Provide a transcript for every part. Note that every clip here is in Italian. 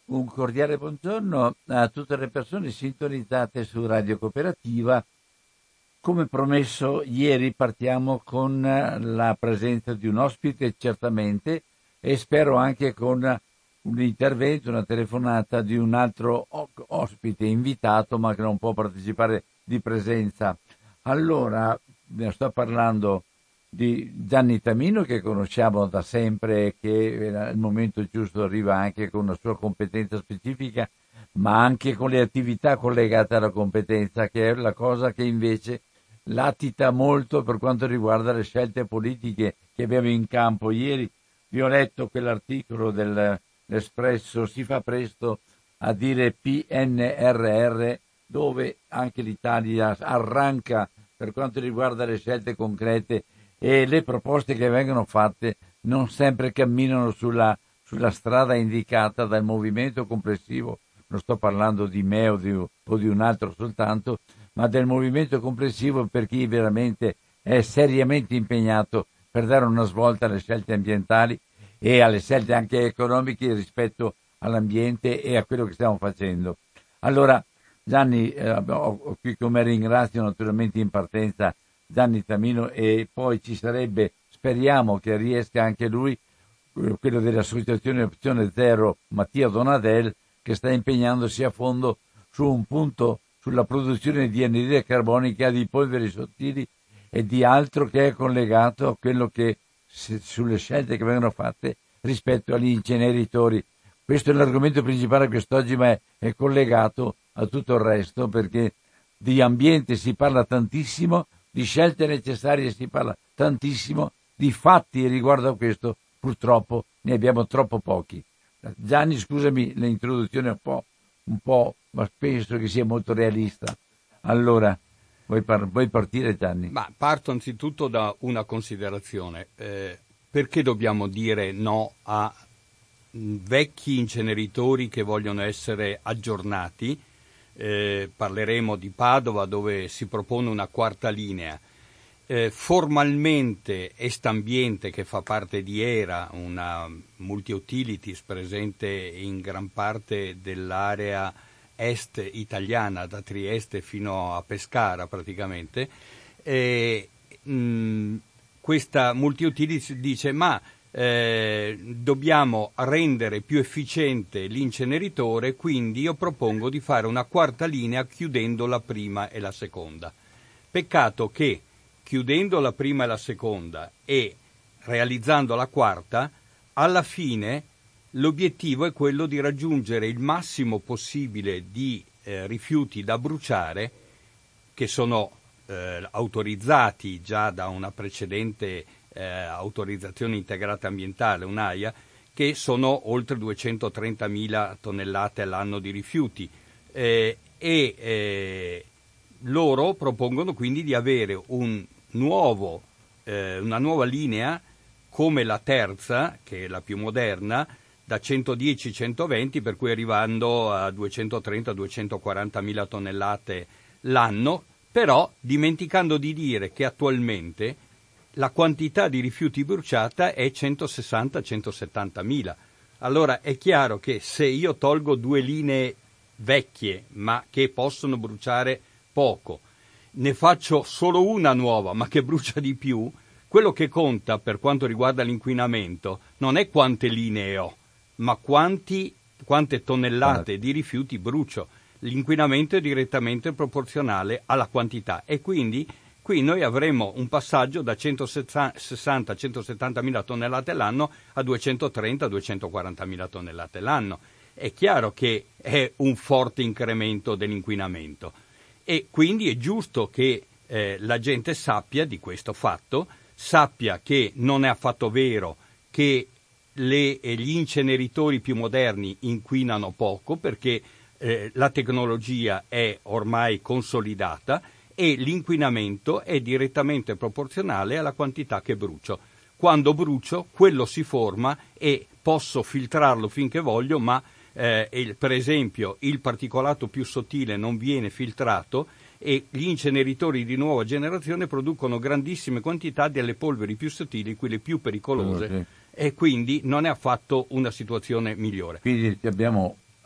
Un cordiale buongiorno a tutte le persone sintonizzate su Radio Cooperativa. Come promesso, ieri partiamo con la presenza di un ospite, certamente, e spero anche con un intervento, una telefonata di un altro ospite invitato, ma che non può partecipare di presenza. Allora, ne sto parlando di Gianni Tamino, che conosciamo da sempre e che al momento giusto arriva anche con una sua competenza specifica, ma anche con le attività collegate alla competenza, che è la cosa che invece latita molto per quanto riguarda le scelte politiche che abbiamo in campo. Ieri vi ho letto quell'articolo dell'Espresso, si fa presto a dire PNRR, dove anche l'Italia arranca per quanto riguarda le scelte concrete, e le proposte che vengono fatte non sempre camminano sulla strada indicata dal movimento complessivo. Non sto parlando di me o di un altro soltanto, ma del movimento complessivo, per chi veramente è seriamente impegnato per dare una svolta alle scelte ambientali e alle scelte anche economiche rispetto all'ambiente e a quello che stiamo facendo. Allora, Gianni, qui come ringrazio naturalmente in partenza Gianni Tamino, e poi ci sarebbe, speriamo che riesca anche lui, quello dell'associazione Opzione Zero, Mattia Donadel, che sta impegnandosi a fondo su un punto sulla produzione di anidride carbonica, di polveri sottili e di altro che è collegato a quello che sulle scelte che vengono fatte rispetto agli inceneritori. Questo è l'argomento principale quest'oggi, ma è collegato a tutto il resto, perché di ambiente si parla tantissimo, di scelte necessarie si parla tantissimo, di fatti riguardo a questo purtroppo ne abbiamo troppo pochi. Gianni, scusami l'introduzione un po', ma penso che sia molto realista. Allora, vuoi partire, Gianni? Ma parto anzitutto da una considerazione. Perché dobbiamo dire no a vecchi inceneritori che vogliono essere aggiornati? Parleremo di Padova, dove si propone una quarta linea. Formalmente Estambiente, che fa parte di ERA, una multi-utilities presente in gran parte dell'area est italiana, da Trieste fino a Pescara praticamente, questa multi-utilities dice dobbiamo rendere più efficiente l'inceneritore, quindi io propongo di fare una quarta linea chiudendo la prima e la seconda. Peccato che chiudendo la prima e la seconda e realizzando la quarta, alla fine l'obiettivo è quello di raggiungere il massimo possibile di rifiuti da bruciare, che sono autorizzati già da una precedente autorizzazione integrata ambientale, un'AIA, che sono oltre 230.000 tonnellate all'anno di rifiuti. Loro propongono quindi di avere una nuova linea come la terza, che è la più moderna, da 110-120, per cui arrivando a 230-240.000 tonnellate l'anno, però dimenticando di dire che attualmente la quantità di rifiuti bruciata è 160-170.000. Allora è chiaro che se io tolgo due linee vecchie, ma che possono bruciare poco, ne faccio solo una nuova, ma che brucia di più, quello che conta per quanto riguarda l'inquinamento non è quante linee ho, ma quante tonnellate di rifiuti brucio. L'inquinamento è direttamente proporzionale alla quantità, e quindi qui noi avremo un passaggio da 160-170.000 tonnellate l'anno a 230-240.000 tonnellate l'anno. È chiaro che è un forte incremento dell'inquinamento, e quindi è giusto che la gente sappia di questo fatto, sappia che non è affatto vero che gli inceneritori più moderni inquinano poco, perché la tecnologia è ormai consolidata e l'inquinamento è direttamente proporzionale alla quantità che brucio. Quando brucio, quello si forma e posso filtrarlo finché voglio, ma per esempio il particolato più sottile non viene filtrato, e gli inceneritori di nuova generazione producono grandissime quantità delle polveri più sottili, quelle più pericolose, e quindi non è affatto una situazione migliore. Quindi abbiamo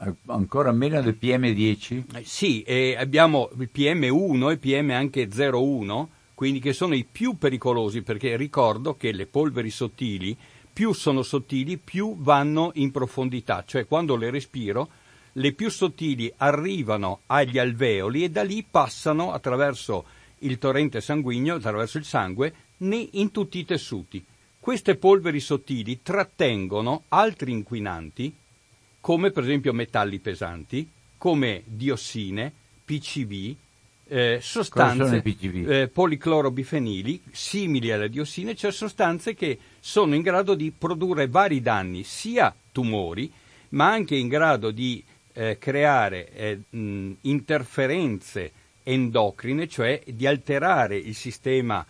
Ancora meno del PM10? Sì, abbiamo il PM1 e PM anche 01, quindi che sono i più pericolosi, perché ricordo che le polveri sottili, più sono sottili, più vanno in profondità, cioè quando le respiro, le più sottili arrivano agli alveoli e da lì passano attraverso il torrente sanguigno, attraverso il sangue, in tutti i tessuti. Queste polveri sottili trattengono altri inquinanti, come per esempio metalli pesanti, come diossine, PCB, sostanze policlorobifenili simili alle diossine, cioè sostanze che sono in grado di produrre vari danni, sia tumori, ma anche in grado di creare interferenze endocrine, cioè di alterare il sistema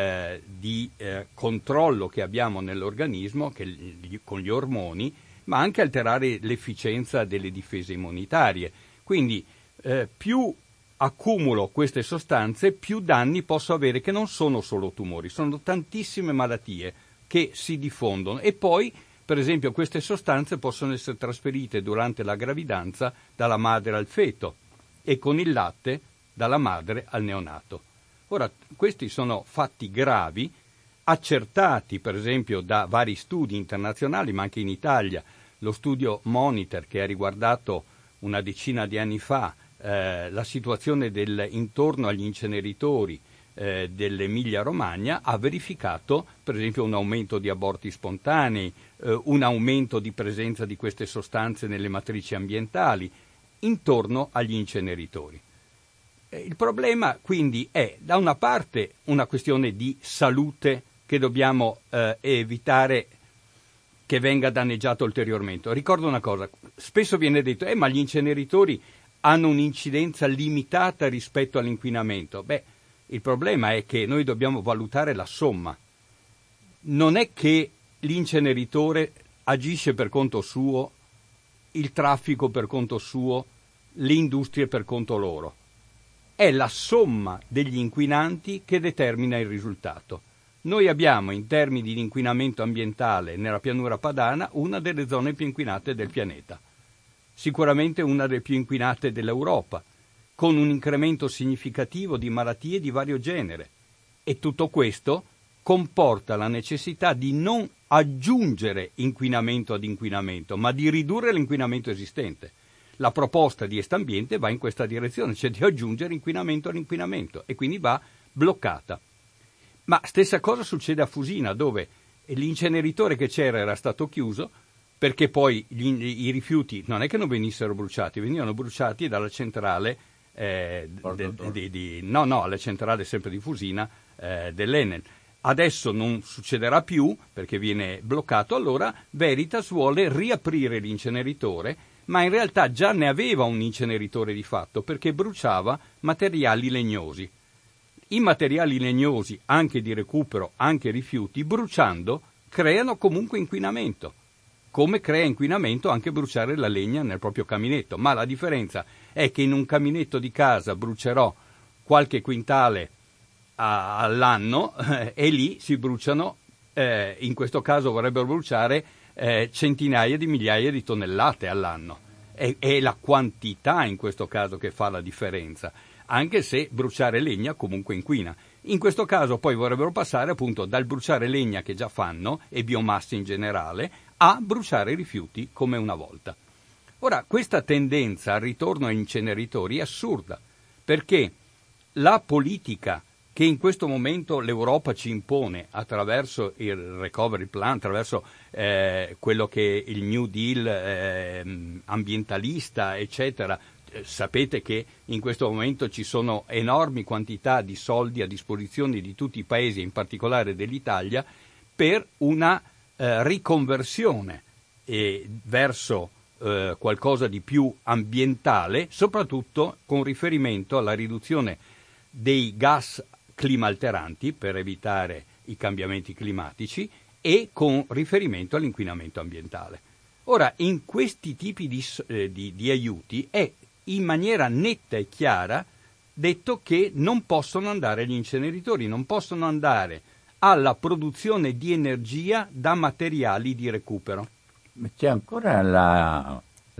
di controllo che abbiamo nell'organismo con gli ormoni, ma anche alterare l'efficienza delle difese immunitarie. Quindi più accumulo queste sostanze, più danni posso avere, che non sono solo tumori, sono tantissime malattie che si diffondono. E poi, per esempio, queste sostanze possono essere trasferite durante la gravidanza dalla madre al feto e con il latte dalla madre al neonato. Ora, questi sono fatti gravi, accertati per esempio da vari studi internazionali, ma anche in Italia. Lo studio Monitor, che ha riguardato una decina di anni fa la situazione intorno agli inceneritori dell'Emilia Romagna, ha verificato per esempio un aumento di aborti spontanei, un aumento di presenza di queste sostanze nelle matrici ambientali intorno agli inceneritori. Il problema quindi è, da una parte, una questione di salute che dobbiamo evitare che venga danneggiato ulteriormente. Ricordo una cosa, spesso viene detto ma gli inceneritori hanno un'incidenza limitata rispetto all'inquinamento. Il problema è che noi dobbiamo valutare la somma. Non è che l'inceneritore agisce per conto suo, il traffico per conto suo, le industrie per conto loro. È la somma degli inquinanti che determina il risultato. Noi abbiamo, in termini di inquinamento ambientale nella pianura padana, una delle zone più inquinate del pianeta. Sicuramente una delle più inquinate dell'Europa, con un incremento significativo di malattie di vario genere. E tutto questo comporta la necessità di non aggiungere inquinamento ad inquinamento, ma di ridurre l'inquinamento esistente. La proposta di Estambiente va in questa direzione, cioè di aggiungere inquinamento all'inquinamento, e quindi va bloccata. Ma stessa cosa succede a Fusina, dove l'inceneritore che c'era era stato chiuso, perché poi i rifiuti non è che non venissero bruciati, venivano bruciati dalla centrale alla centrale sempre di Fusina dell'Enel. Adesso non succederà più perché viene bloccato, allora Veritas vuole riaprire l'inceneritore, ma in realtà già ne aveva un inceneritore di fatto, perché bruciava materiali legnosi. I materiali legnosi, anche di recupero, anche rifiuti, bruciando, creano comunque inquinamento. Come crea inquinamento anche bruciare la legna nel proprio caminetto, ma la differenza è che in un caminetto di casa brucerò qualche quintale all'anno e lì si bruciano, in questo caso vorrebbero bruciare centinaia di migliaia di tonnellate all'anno. È la quantità in questo caso che fa la differenza, anche se bruciare legna comunque inquina. In questo caso poi vorrebbero passare appunto dal bruciare legna che già fanno, e biomasse in generale, a bruciare rifiuti come una volta. Ora, questa tendenza al ritorno agli inceneritori è assurda, perché la politica che in questo momento l'Europa ci impone attraverso il Recovery Plan, attraverso quello che è il New Deal ambientalista, eccetera. Sapete che in questo momento ci sono enormi quantità di soldi a disposizione di tutti i paesi, in particolare dell'Italia, per una riconversione verso qualcosa di più ambientale, soprattutto con riferimento alla riduzione dei gas climalteranti per evitare i cambiamenti climatici e con riferimento all'inquinamento ambientale. Ora, in questi tipi di aiuti è in maniera netta e chiara detto che non possono andare agli inceneritori, non possono andare alla produzione di energia da materiali di recupero. C'è ancora la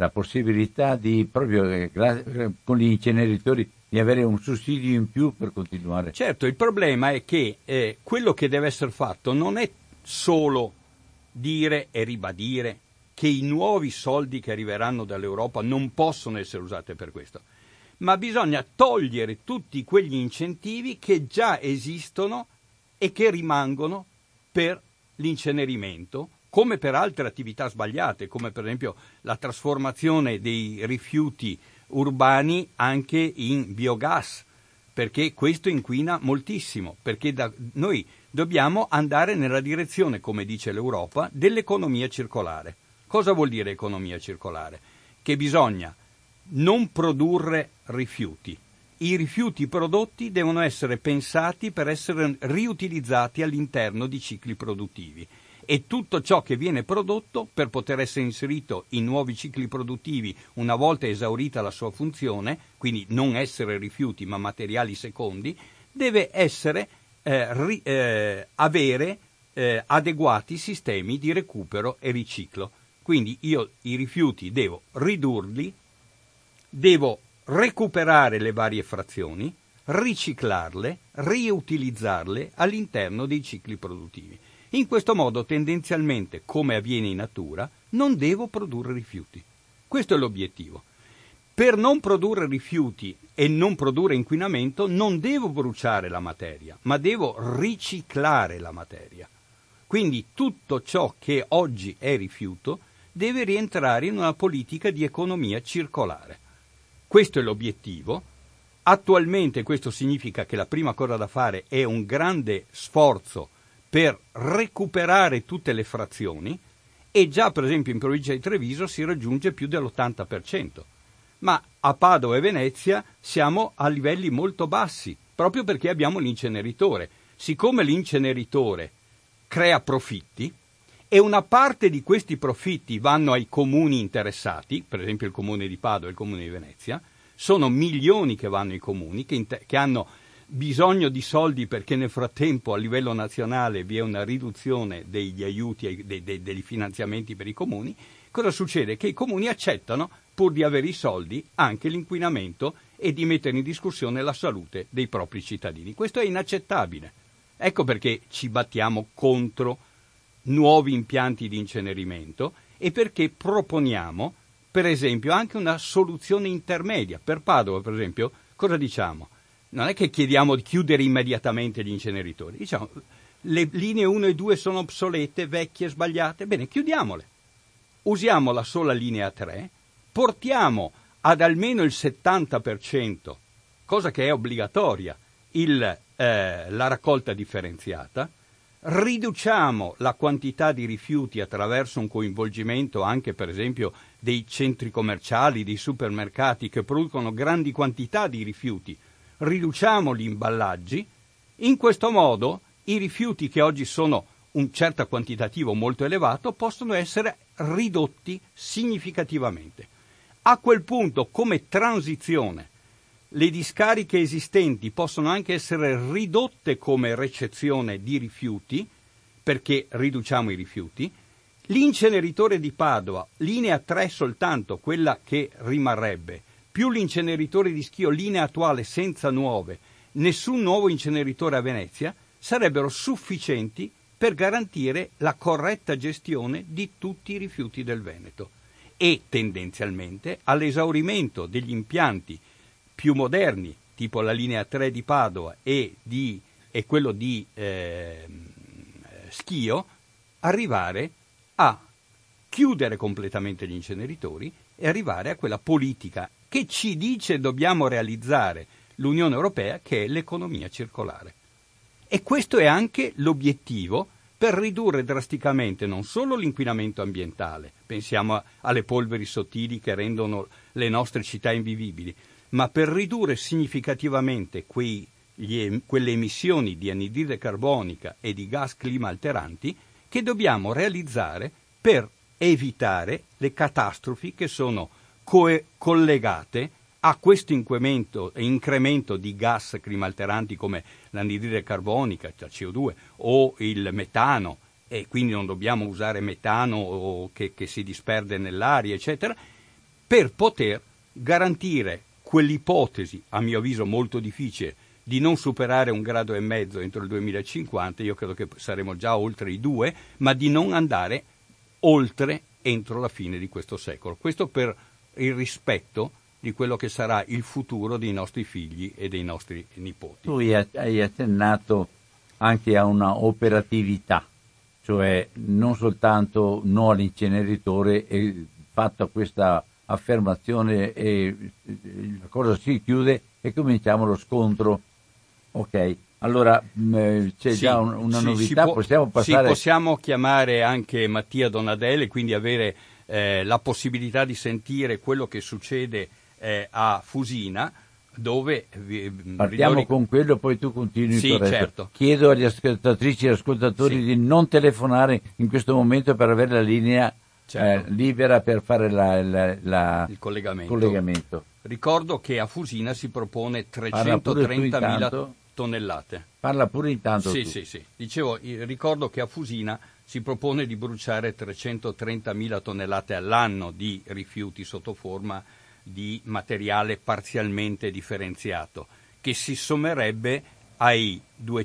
la possibilità di proprio con gli inceneritori di avere un sussidio in più per continuare. Certo, il problema è che quello che deve essere fatto non è solo dire e ribadire che i nuovi soldi che arriveranno dall'Europa non possono essere usati per questo, ma bisogna togliere tutti quegli incentivi che già esistono e che rimangono per l'incenerimento, come per altre attività sbagliate, come per esempio la trasformazione dei rifiuti urbani anche in biogas, perché questo inquina moltissimo, perché noi dobbiamo andare nella direzione, come dice l'Europa, dell'economia circolare. Cosa vuol dire economia circolare? Che bisogna non produrre rifiuti. I rifiuti prodotti devono essere pensati per essere riutilizzati all'interno di cicli produttivi e tutto ciò che viene prodotto per poter essere inserito in nuovi cicli produttivi una volta esaurita la sua funzione, quindi non essere rifiuti ma materiali secondi, deve essere avere adeguati sistemi di recupero e riciclo. Quindi io i rifiuti devo ridurli, devo recuperare le varie frazioni, riciclarle, riutilizzarle all'interno dei cicli produttivi. In questo modo, tendenzialmente, come avviene in natura, non devo produrre rifiuti. Questo è l'obiettivo. Per non produrre rifiuti e non produrre inquinamento non devo bruciare la materia, ma devo riciclare la materia. Quindi tutto ciò che oggi è rifiuto deve rientrare in una politica di economia circolare. Questo è l'obiettivo. Attualmente questo significa che la prima cosa da fare è un grande sforzo per recuperare tutte le frazioni e già per esempio in provincia di Treviso si raggiunge più dell'80%. Ma a Padova e Venezia siamo a livelli molto bassi, proprio perché abbiamo l'inceneritore. Siccome l'inceneritore crea profitti e una parte di questi profitti vanno ai comuni interessati, per esempio il comune di Padova e il comune di Venezia, sono milioni che vanno ai comuni, che hanno bisogno di soldi perché nel frattempo a livello nazionale vi è una riduzione degli aiuti, degli finanziamenti per i comuni. Cosa succede? Che i comuni accettano, pur di avere i soldi, anche l'inquinamento e di mettere in discussione la salute dei propri cittadini. Questo è inaccettabile. Ecco perché ci battiamo contro nuovi impianti di incenerimento e perché proponiamo, per esempio, anche una soluzione intermedia. Per Padova, per esempio, cosa diciamo? Non è che chiediamo di chiudere immediatamente gli inceneritori. Diciamo, le linee 1 e 2 sono obsolete, vecchie, sbagliate. Bene, chiudiamole. Usiamo la sola linea 3, portiamo ad almeno il 70%, cosa che è obbligatoria, la raccolta differenziata, riduciamo la quantità di rifiuti attraverso un coinvolgimento anche per esempio dei centri commerciali, dei supermercati che producono grandi quantità di rifiuti, riduciamo gli imballaggi. In questo modo i rifiuti che oggi sono un certo quantitativo molto elevato possono essere ridotti significativamente. A quel punto, come transizione, le discariche esistenti possono anche essere ridotte come recezione di rifiuti, perché riduciamo i rifiuti. L'inceneritore di Padova, linea 3 soltanto, quella che rimarrebbe, più l'inceneritore di Schio, linea attuale senza nuove, nessun nuovo inceneritore a Venezia, sarebbero sufficienti per garantire la corretta gestione di tutti i rifiuti del Veneto e tendenzialmente all'esaurimento degli impianti più moderni, tipo la linea 3 di Padova e quello di Schio, arrivare a chiudere completamente gli inceneritori e arrivare a quella politica che ci dice dobbiamo realizzare l'Unione Europea, che è l'economia circolare. E questo è anche l'obiettivo per ridurre drasticamente non solo l'inquinamento ambientale, pensiamo alle polveri sottili che rendono le nostre città invivibili, ma per ridurre significativamente quelle emissioni di anidride carbonica e di gas climalteranti che dobbiamo realizzare per evitare le catastrofi che sono collegate a questo incremento di gas climalteranti come l'anidride carbonica, la CO2 o il metano, e quindi non dobbiamo usare metano che si disperde nell'aria, eccetera, per poter garantire quell'ipotesi, a mio avviso molto difficile, di non superare 1,5 gradi entro il 2050, io credo che saremo già oltre i 2, ma di non andare oltre entro la fine di questo secolo. Questo per il rispetto di quello che sarà il futuro dei nostri figli e dei nostri nipoti. Tu hai accennato anche a una operatività, cioè non soltanto no all'inceneritore, e fatta questa affermazione e la cosa si chiude e cominciamo lo scontro. Ok, allora c'è già una novità, possiamo passare... Sì, possiamo chiamare anche Mattia Donadelli, quindi avere la possibilità di sentire quello che succede a Fusina, dove... Partiamo con quello, poi tu continui. Sì, certo. Chiedo agli ascoltatrici e ascoltatori di non telefonare in questo momento per avere la linea libera per fare il collegamento. Ricordo che a Fusina si propone 330.000 tonnellate. Parla pure intanto. Sì. Dicevo, ricordo che a Fusina si propone di bruciare 330.000 tonnellate all'anno di rifiuti sotto forma di materiale parzialmente differenziato, che si sommerebbe ai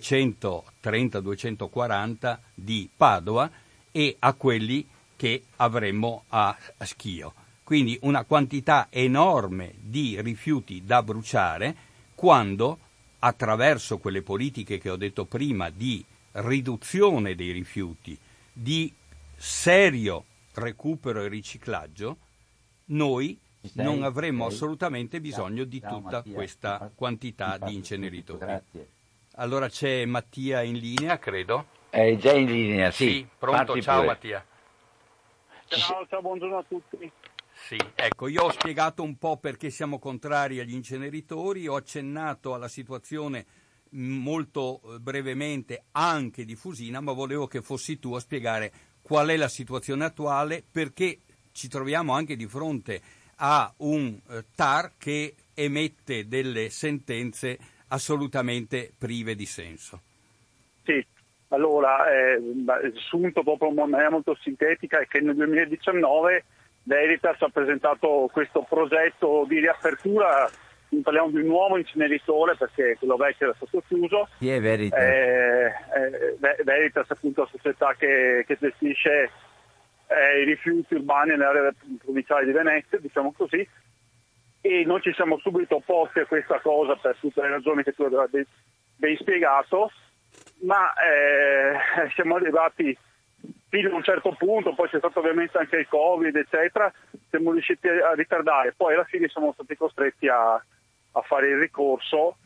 230-240 di Padova e a quelli che avremmo a Schio. Quindi una quantità enorme di rifiuti da bruciare, quando attraverso quelle politiche che ho detto prima di riduzione dei rifiuti, di serio recupero e riciclaggio, noi non avremmo assolutamente bisogno di tutta questa quantità di inceneritori. Grazie. Allora c'è Mattia in linea, credo. È già in linea, sì. Pronto, Parti ciao pure. Mattia. Ciao, buongiorno a tutti. Sì, ecco, io ho spiegato un po' perché siamo contrari agli inceneritori, ho accennato alla situazione molto brevemente anche di Fusina, ma volevo che fossi tu a spiegare qual è la situazione attuale, perché ci troviamo anche di fronte a un TAR che emette delle sentenze assolutamente prive di senso. Sì, allora il sunto proprio in maniera molto sintetica è che nel 2019 Veritas ha presentato questo progetto di riapertura, parliamo di un nuovo inceneritore perché quello vecchio era stato chiuso. Chi è Veritas? Veritas è appunto la società che gestisce i rifiuti urbani nell'area provinciale di Venezia, diciamo così, e noi ci siamo subito opposti a questa cosa per tutte le ragioni che tu hai ben spiegato, ma siamo arrivati fino a un certo punto, poi c'è stato ovviamente anche il Covid, eccetera, siamo riusciti a ritardare, poi alla fine siamo stati costretti a fare il ricorso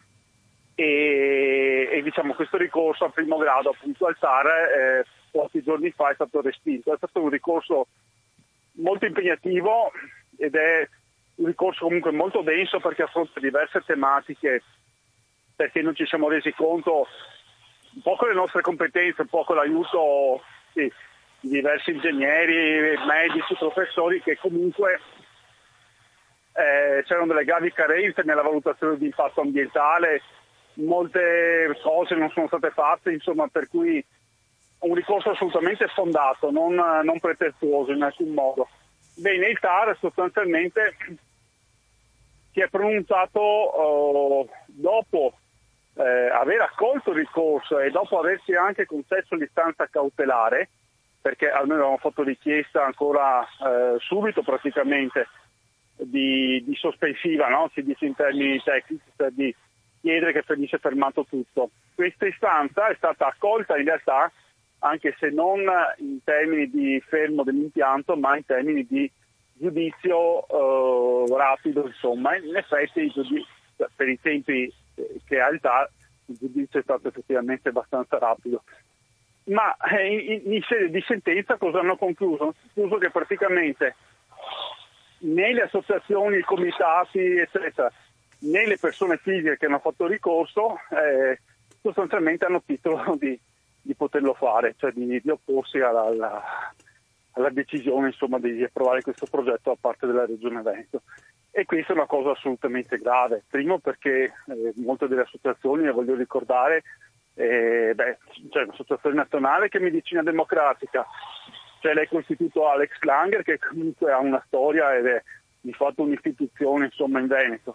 e diciamo questo ricorso a primo grado appunto al TAR pochi giorni fa è stato respinto. È stato un ricorso molto impegnativo ed è un ricorso comunque molto denso perché affronta diverse tematiche, perché non ci siamo resi conto, un po' con le nostre competenze, un po' con l'aiuto di diversi ingegneri, medici, professori, che comunque c'erano delle gravi carenze nella valutazione di impatto ambientale, molte cose non sono state fatte, insomma, per cui un ricorso assolutamente fondato, non pretestuoso in alcun modo. Bene, il TAR sostanzialmente si è pronunciato dopo aver accolto il ricorso e dopo aversi anche concesso l'istanza cautelare, perché noi avevamo fatto richiesta ancora subito praticamente di sospensiva, no? Si dice in termini tecnici, cioè di chiedere che venisse fermato tutto. Questa istanza è stata accolta in realtà, anche se non in termini di fermo dell'impianto, ma in termini di giudizio rapido, insomma. In effetti per i tempi che ha il TAR il giudizio è stato effettivamente abbastanza rapido. Ma in sede di sentenza cosa hanno concluso? Hanno concluso che praticamente né le associazioni, i comitati, eccetera, né le persone fisiche che hanno fatto ricorso sostanzialmente hanno titolo di poterlo fare, cioè di opporsi alla decisione, insomma, di approvare questo progetto da parte della Regione Veneto. E questa è una cosa assolutamente grave. Primo perché molte delle associazioni, le voglio ricordare, c'è un'associazione nazionale che è Medicina Democratica, c'è l'Eco Istituto Alex Langer che comunque ha una storia ed è di fatto un'istituzione insomma in Veneto.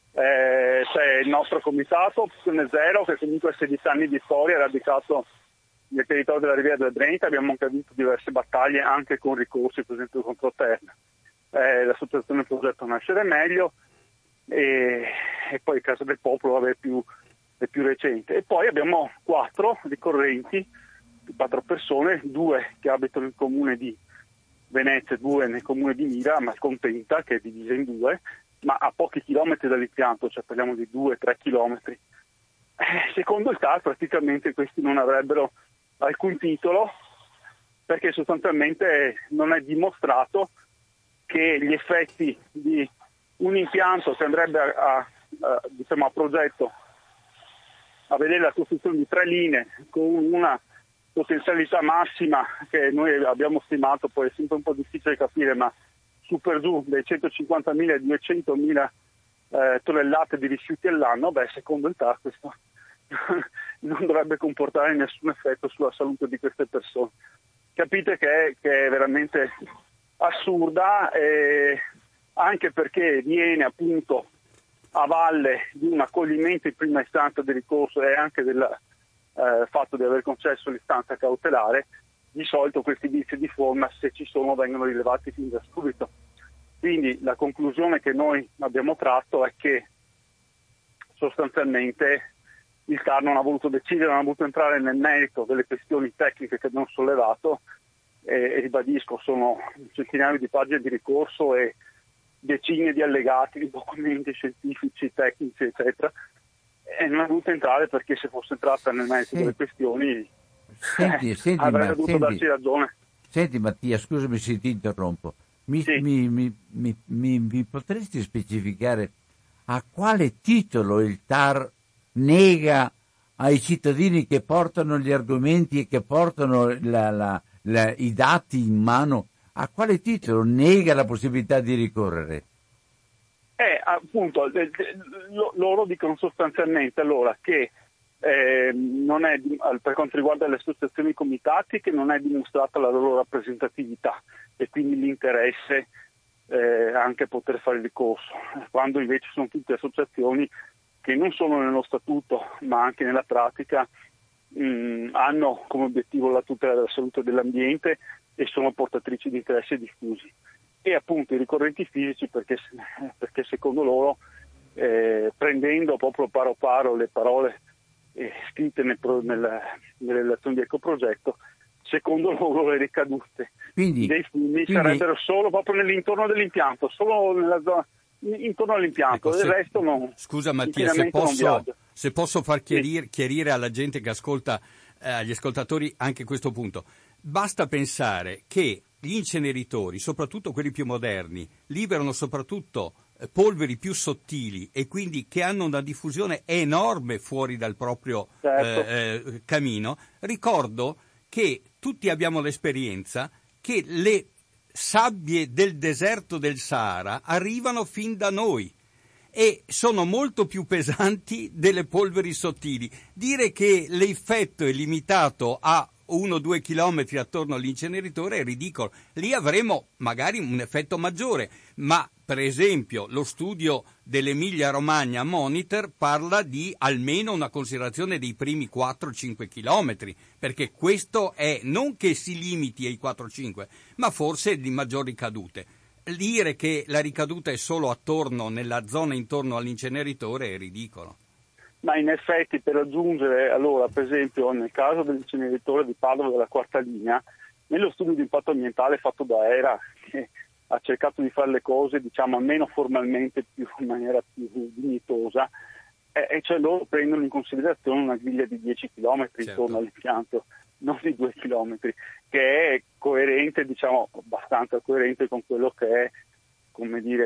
C'è il nostro comitato Opzione Zero, che comunque ha 16 anni di storia, è radicato nel territorio della Riviera del Brenta. Abbiamo anche vinto diverse battaglie anche con ricorsi, per esempio contro Terna. L'associazione Progetto Nascere Meglio e poi Casa del Popolo è più recente. E poi abbiamo 4 ricorrenti, 4 persone, 2 che abitano nel comune di Venezia, 2 nel comune di Mira, Malcontenta, che è divisa in 2, ma a pochi chilometri dall'impianto, cioè parliamo di 2-3 chilometri. Secondo il TAR praticamente questi non avrebbero alcun titolo, perché sostanzialmente non è dimostrato che gli effetti di un impianto che andrebbe a progetto a vedere la costruzione di 3 linee con una potenzialità massima che noi abbiamo stimato, poi è sempre un po' difficile capire, ma su per giù dai 150.000 ai 200.000 tonnellate di rifiuti all'anno, secondo il TAR questo non dovrebbe comportare nessun effetto sulla salute di queste persone. Capite che è veramente assurda, anche perché viene appunto a valle di un accoglimento in prima istanza del ricorso e anche del fatto di aver concesso l'istanza cautelare. Di solito questi vizi di forma, se ci sono, vengono rilevati fin da subito. Quindi la conclusione che noi abbiamo tratto è che sostanzialmente il TAR non ha voluto decidere, non ha voluto entrare nel merito delle questioni tecniche che abbiamo sollevato, e ribadisco, sono centinaia di pagine di ricorso e decine di allegati, di documenti scientifici, tecnici, eccetera, e non ha voluto entrare perché se fosse entrata nel merito delle questioni avrebbe dovuto darci ragione. Senti Mattia, scusami se ti interrompo, mi potresti specificare a quale titolo il TAR nega ai cittadini che portano gli argomenti e che portano i dati in mano, a quale titolo nega la possibilità di ricorrere? Appunto, loro dicono sostanzialmente allora che non è, per quanto riguarda le associazioni e i comitati, che non è dimostrata la loro rappresentatività e quindi l'interesse anche a poter fare il ricorso, quando invece sono tutte associazioni che non solo nello statuto ma anche nella pratica hanno come obiettivo la tutela della salute dell'ambiente e sono portatrici di interessi diffusi. E appunto i ricorrenti fisici perché secondo loro, prendendo proprio paro paro le parole scritte nelle relazioni di ecoprogetto, secondo loro le ricadute dei fumi sarebbero solo proprio nell'intorno dell'impianto, solo nella zona intorno all'impianto, ecco, il resto non. Scusa Mattia, se posso far chiarire alla gente che ascolta, agli ascoltatori anche questo punto. Basta pensare che gli inceneritori, soprattutto quelli più moderni, liberano soprattutto polveri più sottili e quindi che hanno una diffusione enorme fuori dal proprio camino. Ricordo che tutti abbiamo l'esperienza che le sabbie del deserto del Sahara arrivano fin da noi e sono molto più pesanti delle polveri sottili. Dire che l'effetto è limitato a 1-2 chilometri attorno all'inceneritore è ridicolo. Lì avremo magari un effetto maggiore, ma per esempio lo studio dell'Emilia Romagna Monitor parla di almeno una considerazione dei primi 4-5 chilometri, perché questo è non che si limiti ai 4-5, ma forse di maggiori ricadute. Dire che la ricaduta è solo attorno, nella zona intorno all'inceneritore, è ridicolo. Ma in effetti, per aggiungere, allora, per esempio, nel caso dell'inceneritore di Padova della quarta linea, nello studio di impatto ambientale fatto da ERA, che ha cercato di fare le cose, diciamo, almeno formalmente in maniera più dignitosa, cioè loro prendono in considerazione una griglia di 10 km intorno all'impianto, non di 2 km, che è coerente, diciamo, abbastanza coerente con quello che è, come dire,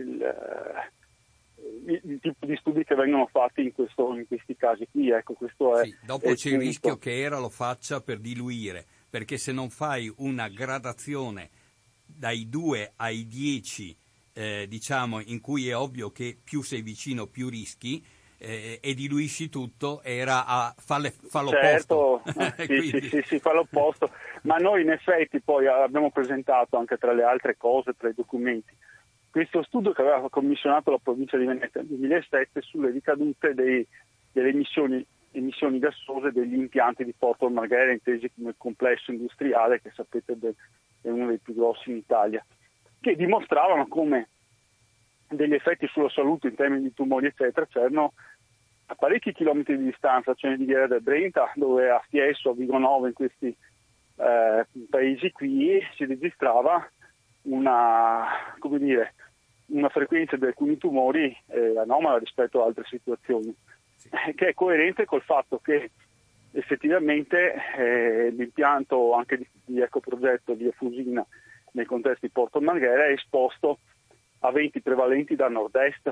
il tipo di studi che vengono fatti in questi casi qui, ecco, questo è. Sì, dopo c'è il rischio che ERA lo faccia per diluire, perché se non fai una gradazione dai 2 ai 10, diciamo, in cui è ovvio che più sei vicino più rischi, e diluisci tutto, fa l'opposto. Certo, sì, fa l'opposto, ma noi in effetti poi abbiamo presentato anche tra le altre cose, tra i documenti, questo studio che aveva commissionato la provincia di Venezia nel 2007 sulle ricadute delle emissioni gassose degli impianti di Porto Marghera, intesi come complesso industriale, che sapete è uno dei più grossi in Italia, che dimostravano come degli effetti sulla salute in termini di tumori eccetera c'erano a parecchi chilometri di distanza, cioè di Riviera del Brenta, dove a Fiesso, a Vigonova, in questi paesi qui si registrava una frequenza di alcuni tumori anomala rispetto a altre situazioni, che è coerente col fatto che effettivamente l'impianto anche di ecoprogetto di Efusina nel contesto di Porto Marghera è esposto a venti prevalenti da nord-est,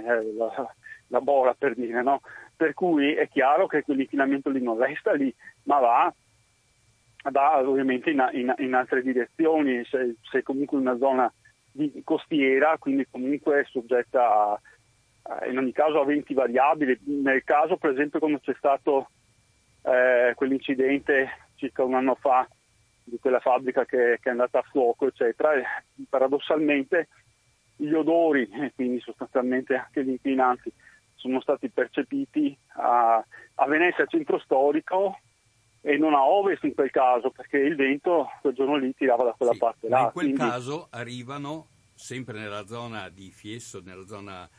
la Bora per dire, no? Per cui è chiaro che quell'inquinamento lì non resta lì, ma va ovviamente in altre direzioni, se comunque una zona costiera, quindi comunque è soggetta in ogni caso a venti variabili. Nel caso per esempio quando c'è stato quell'incidente circa un anno fa di quella fabbrica che è andata a fuoco eccetera, paradossalmente gli odori e quindi sostanzialmente anche gli inquinanti sono stati percepiti a Venezia centro storico e non a ovest in quel caso, perché il vento quel giorno lì tirava da quella parte là. Ma in quel caso arrivano sempre nella zona di Fiesso, nella zona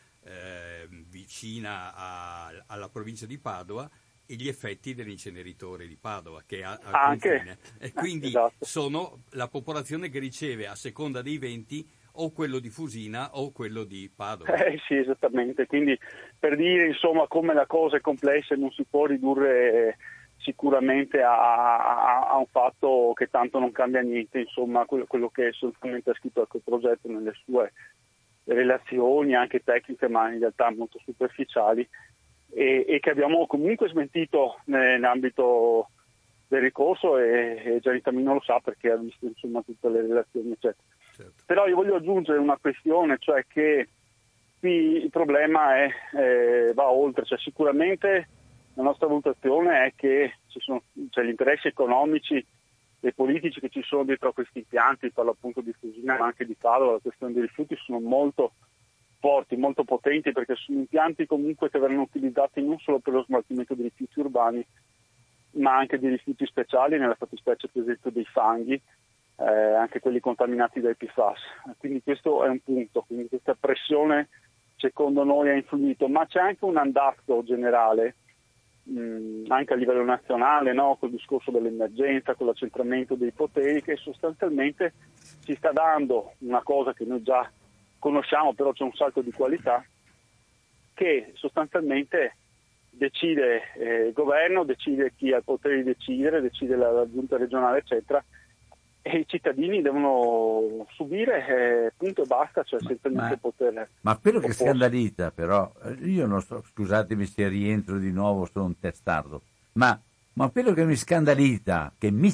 vicina alla provincia di Padova, e gli effetti dell'inceneritore di Padova che ha al confine. E quindi esatto. Sono la popolazione che riceve a seconda dei venti o quello di Fusina o quello di Padova. Sì, esattamente. Quindi per dire insomma come la cosa è complessa e non si può ridurre sicuramente a un fatto che tanto non cambia niente, insomma quello che sostanzialmente ha scritto il progetto nelle sue relazioni anche tecniche ma in realtà molto superficiali e che abbiamo comunque smentito nell'ambito del ricorso e Gianni Tamino lo sa perché ha visto insomma tutte le relazioni eccetera. Certo. Però io voglio aggiungere una questione, cioè che qui il problema va oltre, cioè sicuramente la nostra valutazione è che gli interessi economici e politici che ci sono dietro a questi impianti, parlo appunto di Fusina ma anche di Padova, la questione dei rifiuti sono molto forti, molto potenti, perché sono impianti comunque che verranno utilizzati non solo per lo smaltimento dei rifiuti urbani ma anche di rifiuti speciali, nella fattispecie per esempio dei fanghi, anche quelli contaminati dai PFAS. Quindi questo è un punto, quindi questa pressione secondo noi ha influito, ma c'è anche un andazzo generale anche a livello nazionale, no? Col discorso dell'emergenza, con l'accentramento dei poteri, che sostanzialmente ci sta dando una cosa che noi già conosciamo, però c'è un salto di qualità, che sostanzialmente decide il governo, decide chi ha il potere di decidere, decide la giunta regionale eccetera, e i cittadini devono subire punto e basta, cioè senza neanche poter. Ma quello che scandalizza però, io non so, scusatemi se rientro di nuovo, sono un testardo, ma quello che mi scandalizza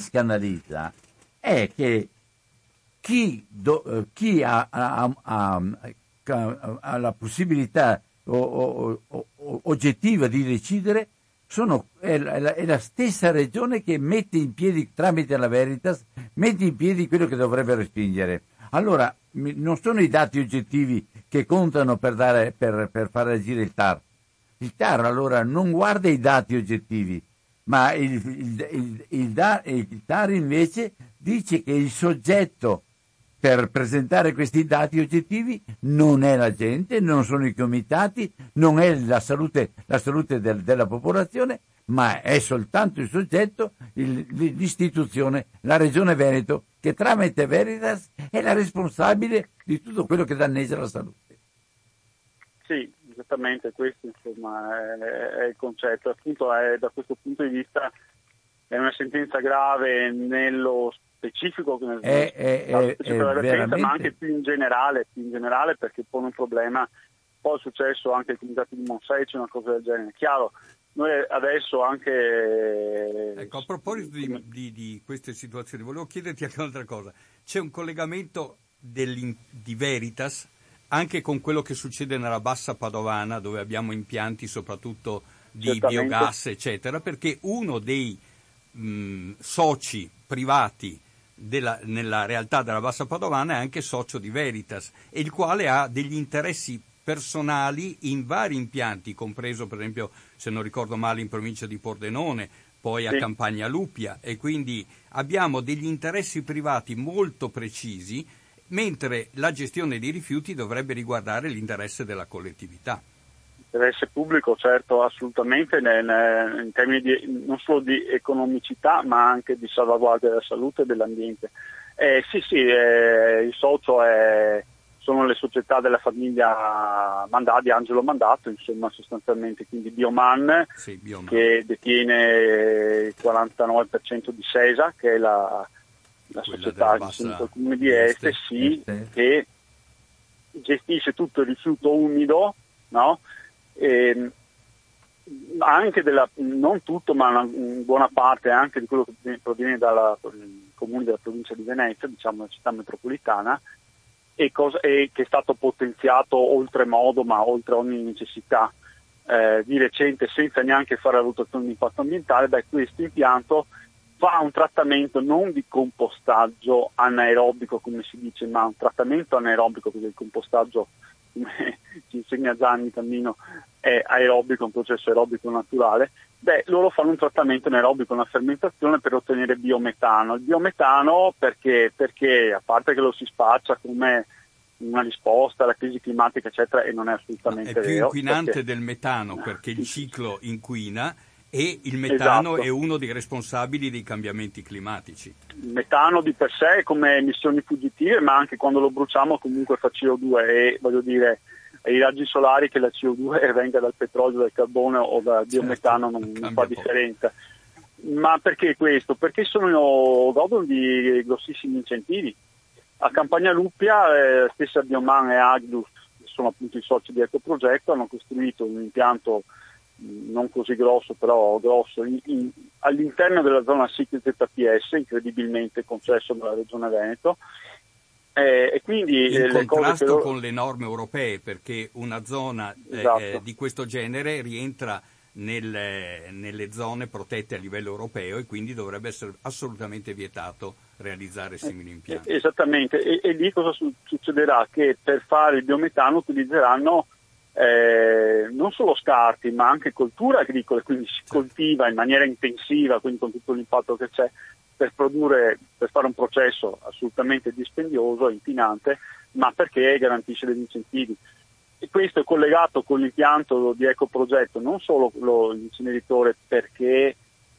è che chi ha la possibilità oggettiva di decidere è la stessa regione che mette in piedi, tramite la Veritas, mette in piedi quello che dovrebbe respingere. Allora, non sono i dati oggettivi che contano per far agire il TAR. Il TAR allora non guarda i dati oggettivi, ma il TAR invece dice che il soggetto per presentare questi dati oggettivi non è la gente, non sono i comitati, non è la salute della popolazione, ma è soltanto il soggetto, l'istituzione, la Regione Veneto, che tramite Veritas è la responsabile di tutto quello che danneggia la salute. Sì, esattamente, questo insomma è il concetto. Appunto da questo punto di vista è una sentenza grave nello specifico, veramente... ma anche più in generale perché pone un problema. Poi è successo anche ai comitati di Monsei, c'è una cosa del genere. Chiaro, noi adesso anche... Ecco, a proposito di queste situazioni, volevo chiederti anche un'altra cosa. C'è un collegamento di Veritas anche con quello che succede nella bassa padovana, dove abbiamo impianti soprattutto di biogas, eccetera, perché uno dei soci privati nella realtà della Bassa Padovana è anche socio di Veritas, e il quale ha degli interessi personali in vari impianti, compreso per esempio, se non ricordo male, in provincia di Pordenone, poi a Campagna Lupia, e quindi abbiamo degli interessi privati molto precisi, mentre la gestione dei rifiuti dovrebbe riguardare l'interesse della collettività. Interesse pubblico, certo, assolutamente, in termini non solo di economicità, ma anche di salvaguardia della salute e dell'ambiente. Il socio sono le società della famiglia di Angelo Mandato, insomma, sostanzialmente, quindi Bioman, che detiene il 49% di SESA, che è la società del comune di Este, che gestisce tutto il rifiuto umido, no? Anche non tutto, ma una buona parte anche di quello che proviene dal comune della provincia di Venezia, diciamo la città metropolitana, e che è stato potenziato oltremodo, ma oltre ogni necessità. Di recente, senza neanche fare la valutazione di impatto ambientale, questo impianto fa un trattamento non di compostaggio anaerobico, come si dice, ma un trattamento anaerobico, perché il compostaggio, come ci insegna Gianni Cammino, è aerobico, un processo aerobico naturale. Loro fanno un trattamento anaerobico, una fermentazione per ottenere biometano. Il biometano perché a parte che lo si spaccia come una risposta alla crisi climatica, eccetera, e non è assolutamente vero. È più inquinante del metano, perché il ciclo inquina, e il metano è uno dei responsabili dei cambiamenti climatici. Il metano di per sé è come emissioni fuggitive, ma anche quando lo bruciamo comunque fa CO2, e voglio dire, i raggi solari, che la CO2 venga dal petrolio, dal carbone o dal biometano, non fa differenza. Ma perché questo? Perché godono di grossissimi incentivi. A Campagna Lupia, stessa Bioman e Agdus, che sono appunto i soci di Ecoprogetto, hanno costruito un impianto non così grosso, però grosso, all'interno della zona SIC ZPS, incredibilmente concesso dalla Regione Veneto, e quindi in contrasto con le norme europee, perché una zona di questo genere rientra nelle zone protette a livello europeo, e quindi dovrebbe essere assolutamente vietato realizzare simili impianti. Esattamente, e lì cosa succederà? Che per fare il biometano utilizzeranno non solo scarti, ma anche colture agricole, quindi si coltiva in maniera intensiva, quindi con tutto l'impatto che c'è, per fare un processo assolutamente dispendioso, inquinante, ma perché garantisce degli incentivi. E questo è collegato con l'impianto di Ecoprogetto, non solo l'inceneritore, perché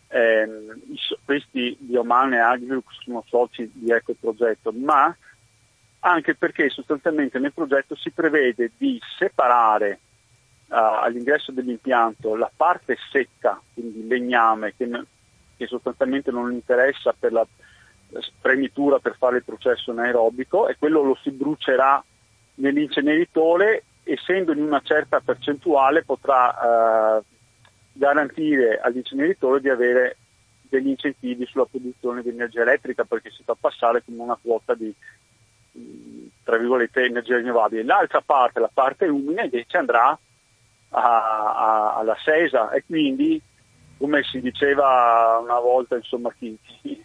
questi Bioman e Agriux sono soci di Ecoprogetto, ma anche perché sostanzialmente nel progetto si prevede di separare all'ingresso dell'impianto la parte secca, quindi legname, che sostanzialmente non interessa per la spremitura per fare il processo anaerobico, e quello lo si brucerà nell'inceneritore, essendo in una certa percentuale potrà garantire all'inceneritore di avere degli incentivi sulla produzione di energia elettrica, perché si fa passare come una quota di, tra virgolette, energia rinnovabile. L'altra parte, la parte umida, invece andrà alla SESA, e quindi, come si diceva una volta, insomma, chi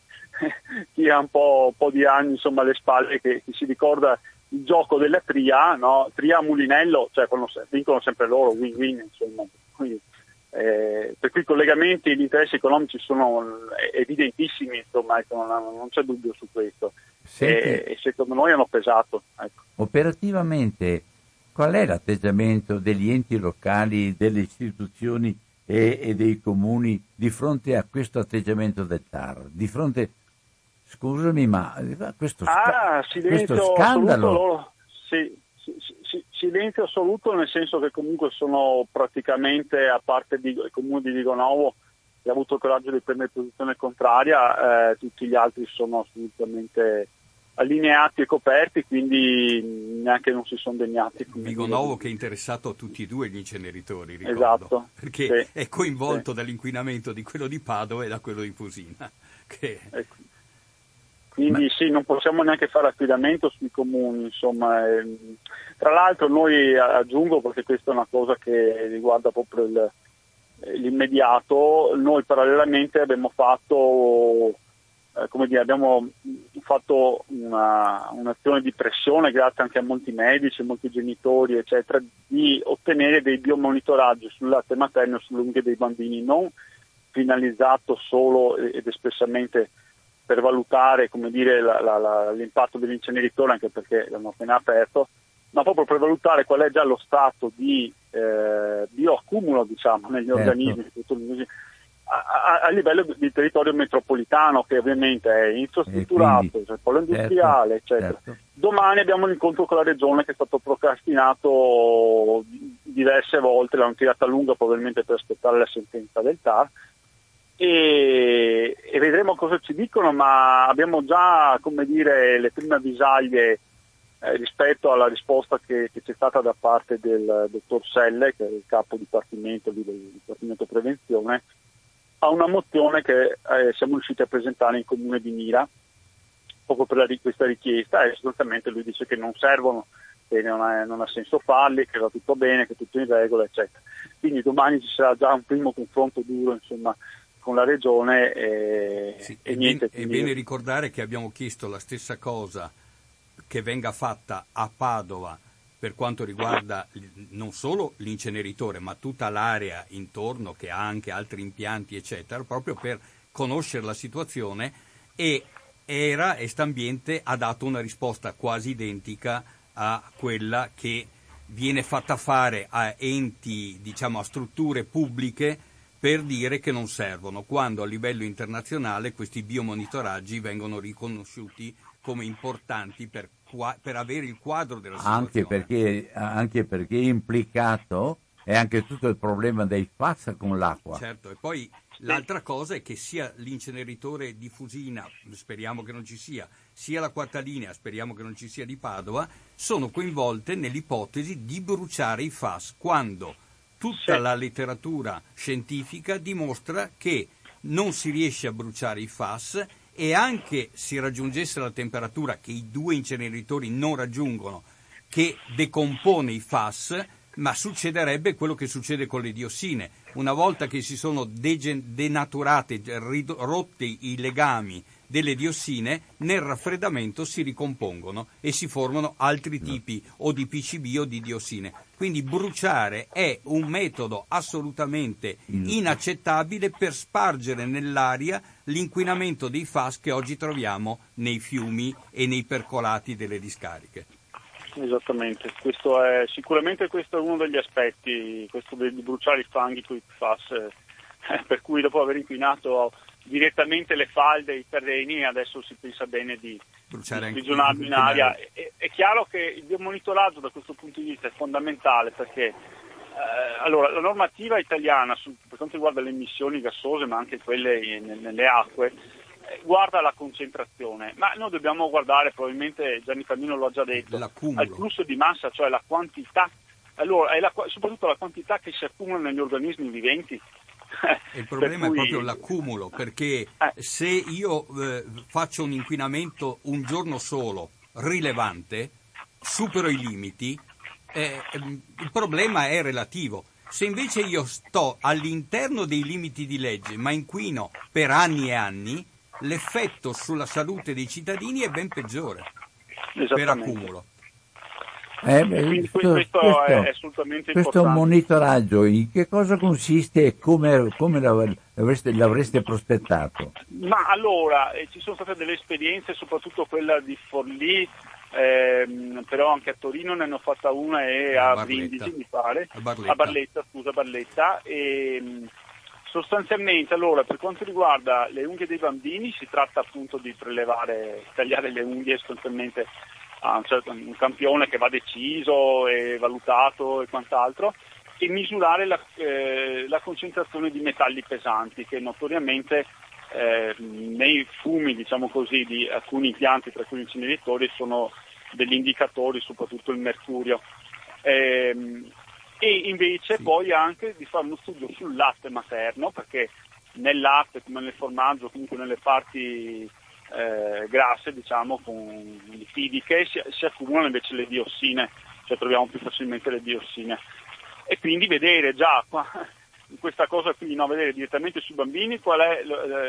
ha un po' di anni, insomma, alle spalle, che si ricorda il gioco della Tria, no? Tria Mulinello, cioè vincono sempre loro, win-win, insomma. Quindi, per cui i collegamenti e gli interessi economici sono evidentissimi, insomma, ecco, non c'è dubbio su questo. E secondo noi hanno pesato. Ecco. Operativamente, qual è l'atteggiamento degli enti locali, delle istituzioni e dei comuni di fronte a questo atteggiamento del TAR? Di fronte, scusami, ma questo scandalo. Silenzio assoluto, nel senso che comunque sono praticamente, a parte il comune di Vigonovo, che ha avuto il coraggio di prendere posizione contraria, tutti gli altri sono assolutamente allineati e coperti, quindi neanche non si sono degnati. Vigonovo che è interessato a tutti e due gli inceneritori, ricordo, esatto, perché è coinvolto dall'inquinamento di quello di Padova e da quello di Fusina. Quindi non possiamo neanche fare affidamento sui comuni, insomma. Tra l'altro noi, aggiungo, perché questa è una cosa che riguarda proprio l'immediato, noi parallelamente abbiamo fatto come dire, abbiamo fatto un'azione di pressione, grazie anche a molti medici, molti genitori, eccetera, di ottenere dei biomonitoraggi sul latte materno e sulle unghie dei bambini, non finalizzato solo ed espressamente per valutare, come dire, l'impatto dell'inceneritore, anche perché l'hanno appena aperto, ma proprio per valutare qual è già lo stato di bioaccumulo, diciamo, negli organismi, a livello di territorio metropolitano, che ovviamente è infrastrutturato, c'è il polo industriale, eccetera. Certo. Domani abbiamo l'incontro con la regione, che è stato procrastinato diverse volte, l'hanno tirata lunga probabilmente per aspettare la sentenza del TAR, e vedremo cosa ci dicono, ma abbiamo già, come dire, le prime avvisaglie rispetto alla risposta che c'è stata da parte del dottor Selle, che è il capo dipartimento del Dipartimento Prevenzione, a una mozione che siamo riusciti a presentare in comune di Mira proprio per questa richiesta, e sostanzialmente lui dice che non servono, che non ha senso farli, che va tutto bene, che è tutto in regola, eccetera. Quindi domani ci sarà già un primo confronto duro, insomma, con la regione sì, e niente. È bene ricordare che abbiamo chiesto la stessa cosa che venga fatta a Padova per quanto riguarda non solo l'inceneritore, ma tutta l'area intorno che ha anche altri impianti, eccetera, proprio per conoscere la situazione, e Estambiente ha dato una risposta quasi identica a quella che viene fatta fare a enti, diciamo, a strutture pubbliche, per dire che non servono, quando a livello internazionale questi biomonitoraggi vengono riconosciuti come importanti per avere il quadro della situazione. Anche perché è implicato è anche tutto il problema dei FAS con l'acqua. Certo, e poi l'altra cosa è che sia l'inceneritore di Fusina, speriamo che non ci sia la quarta linea, speriamo che non ci sia di Padova, sono coinvolte nell'ipotesi di bruciare i FAS, quando tutta la letteratura scientifica dimostra che non si riesce a bruciare i FAS, e anche si raggiungesse la temperatura che i due inceneritori non raggiungono, che decompone i FAS, ma succederebbe quello che succede con le diossine. Una volta che si sono denaturate, rotti i legami delle diossine, nel raffreddamento si ricompongono e si formano altri tipi o di PCB o di diossine. Quindi bruciare è un metodo assolutamente inaccettabile per spargere nell'aria l'inquinamento dei FAS che oggi troviamo nei fiumi e nei percolati delle discariche. Esattamente, sicuramente questo è uno degli aspetti, questo di bruciare i fanghi con i FAS, per cui dopo aver inquinato direttamente le falde, i terreni, adesso si pensa bene di sprigionarli in aria. È chiaro che il biomonitoraggio da questo punto di vista è fondamentale, perché allora, la normativa italiana per quanto riguarda le emissioni gassose, ma anche quelle nelle acque, guarda la concentrazione, ma noi dobbiamo guardare, probabilmente Gianni Cammino lo ha già detto, al flusso di massa, cioè la quantità, allora soprattutto la quantità che si accumula negli organismi viventi. Il problema è proprio l'accumulo, perché se io faccio un inquinamento un giorno solo rilevante, supero i limiti, il problema è relativo. Se invece io sto all'interno dei limiti di legge ma inquino per anni e anni, l'effetto sulla salute dei cittadini è ben peggiore per accumulo. Questo è assolutamente questo importante. Monitoraggio in che cosa consiste e come l'avreste prospettato? Ma allora, ci sono state delle esperienze, soprattutto quella di Forlì, però anche a Torino ne hanno fatta una, e a Brindisi mi pare, a Barletta, e sostanzialmente, allora, per quanto riguarda le unghie dei bambini, si tratta appunto di tagliare le unghie sostanzialmente a un campione che va deciso e valutato e quant'altro, e misurare la concentrazione di metalli pesanti, che notoriamente nei fumi, diciamo così, di alcuni impianti, tra cui gli inceneritori, sono degli indicatori, soprattutto il mercurio. E invece poi anche di fare uno studio sul latte materno, perché nel latte, come nel formaggio, comunque nelle parti grasse, diciamo, lipidiche, si accumulano invece le diossine, cioè troviamo più facilmente le diossine. E quindi vedere già questa cosa qui, vedere direttamente sui bambini qual è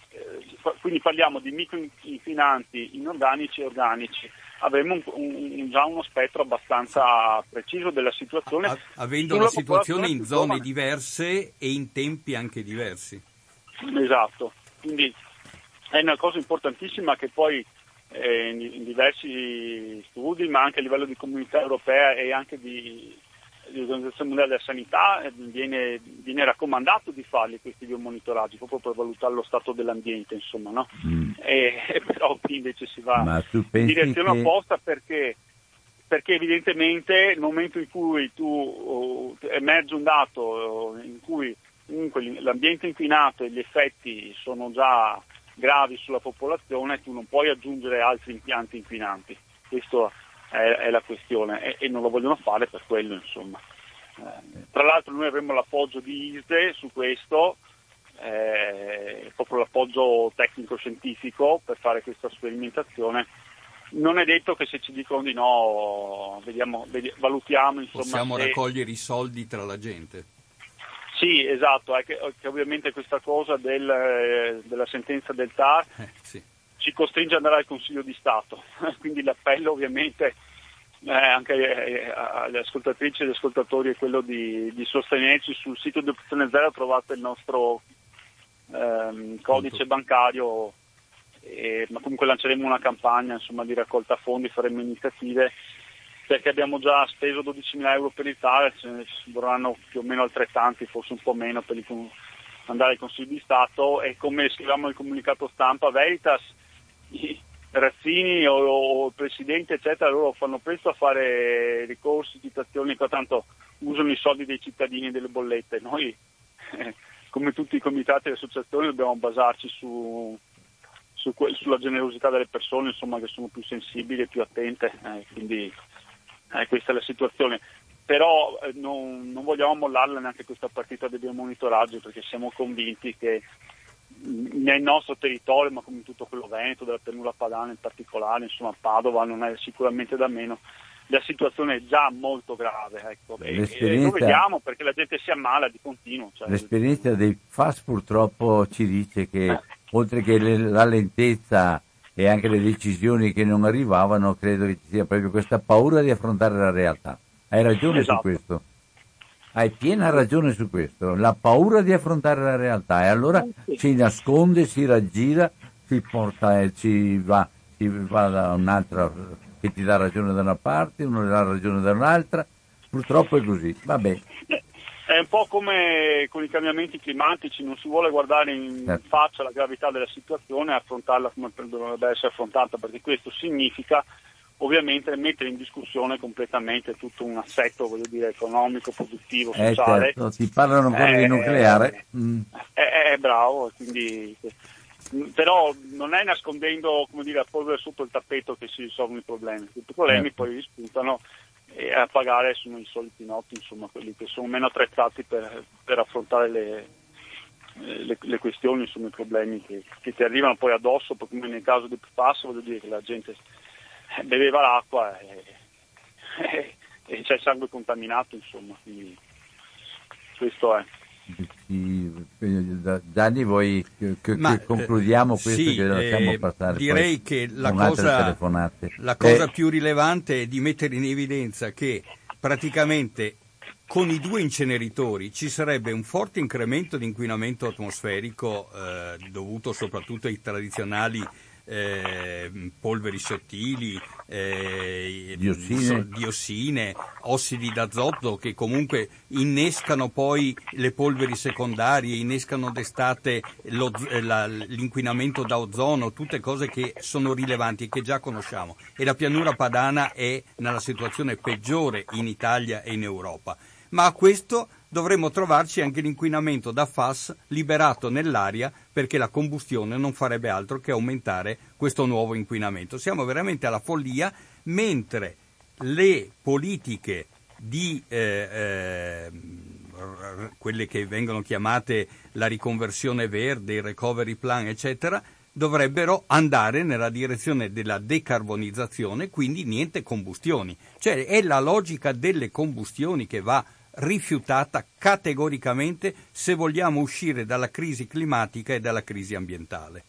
quindi parliamo di microinquinanti inorganici e organici, avremo già uno spettro abbastanza preciso della situazione. Avendo la situazione in zone diverse e in tempi anche diversi. Esatto, quindi è una cosa importantissima che poi in diversi studi, ma anche a livello di comunità europea e anche di Organizzazione Mondiale della Sanità, viene raccomandato di farli questi biomonitoraggi proprio per valutare lo stato dell'ambiente, insomma, no? Però qui invece si va in direzione opposta perché evidentemente nel momento in cui emerge un dato in cui comunque l'ambiente inquinato e gli effetti sono già gravi sulla popolazione, tu non puoi aggiungere altri impianti inquinanti. Questo è la questione e non lo vogliono fare per quello, insomma. Tra l'altro noi avremo l'appoggio di ISDE su questo, proprio l'appoggio tecnico-scientifico per fare questa sperimentazione. Non è detto che se ci dicono di no, valutiamo, insomma. Possiamo raccogliere i soldi tra la gente. Sì, esatto, che ovviamente questa cosa della sentenza del TAR sì. Ci costringe ad andare al Consiglio di Stato, quindi l'appello ovviamente anche alle ascoltatrici e agli ascoltatori è quello di sostenerci. Sul sito di Opzione Zero trovate il nostro codice bancario, ma comunque lanceremo una campagna, insomma, di raccolta fondi, faremo iniziative, perché abbiamo già speso 12.000 euro per il TAR, ce ne vorranno più o meno altrettanti, forse un po' meno, per andare al Consiglio di Stato, e come scriviamo nel comunicato stampa, Veritas, i Razzini o il Presidente, eccetera, loro fanno presto a fare ricorsi, citazioni, tanto usano i soldi dei cittadini e delle bollette. Noi, come tutti i comitati e le associazioni, dobbiamo basarci sulla generosità delle persone, insomma, che sono più sensibili e più attente, quindi questa è la situazione. Però non vogliamo mollarla neanche questa partita del biomonitoraggio, perché siamo convinti che nel nostro territorio, ma come in tutto quello veneto, della pianura padana in particolare, insomma Padova non è sicuramente da meno, la situazione è già molto grave, ecco. E lo vediamo perché la gente si ammala di continuo. L'esperienza dei FAS purtroppo ci dice che oltre che la lentezza e anche le decisioni che non arrivavano, credo che ci sia proprio questa paura di affrontare la realtà. Hai ragione su questo. Hai piena ragione su questo, la paura di affrontare la realtà, e allora si nasconde, si raggira, ci va da un'altra che ti dà ragione da una parte, uno dà ragione da un'altra, purtroppo è così, vabbè. È un po' come con i cambiamenti climatici, non si vuole guardare in faccia la gravità della situazione e affrontarla come dovrebbe essere affrontata, perché questo significa ovviamente mettere in discussione completamente tutto un assetto, voglio dire, economico, produttivo, sociale. Certo, ti parlano ancora di nucleare. È bravo, quindi, però non è nascondendo, come dire, a polvere sotto il tappeto che si risolvono i problemi. Tutti i problemi poi rispuntano e a pagare sono i soliti noti, insomma, quelli che sono meno attrezzati per affrontare le questioni, insomma, i problemi che ti arrivano poi addosso, come nel caso di PFAS, voglio dire che la gente beveva l'acqua e c'è il sangue contaminato, insomma, quindi questo è. Gianni, vuoi che concludiamo questo, che lasciamo passare? Direi che la cosa più rilevante è di mettere in evidenza che praticamente con i due inceneritori ci sarebbe un forte incremento di inquinamento atmosferico dovuto soprattutto ai tradizionali polveri sottili, diossine, ossidi d'azoto, che comunque innescano poi le polveri secondarie, innescano d'estate l'inquinamento da ozono, tutte cose che sono rilevanti e che già conosciamo, e la pianura padana è nella situazione peggiore in Italia e in Europa. Ma a questo dovremmo trovarci anche l'inquinamento da FAS liberato nell'aria, perché la combustione non farebbe altro che aumentare questo nuovo inquinamento. Siamo veramente alla follia, mentre le politiche di quelle che vengono chiamate la riconversione verde, il recovery plan, eccetera, dovrebbero andare nella direzione della decarbonizzazione, quindi niente combustioni. Cioè è la logica delle combustioni che va rifiutata categoricamente se vogliamo uscire dalla crisi climatica e dalla crisi ambientale.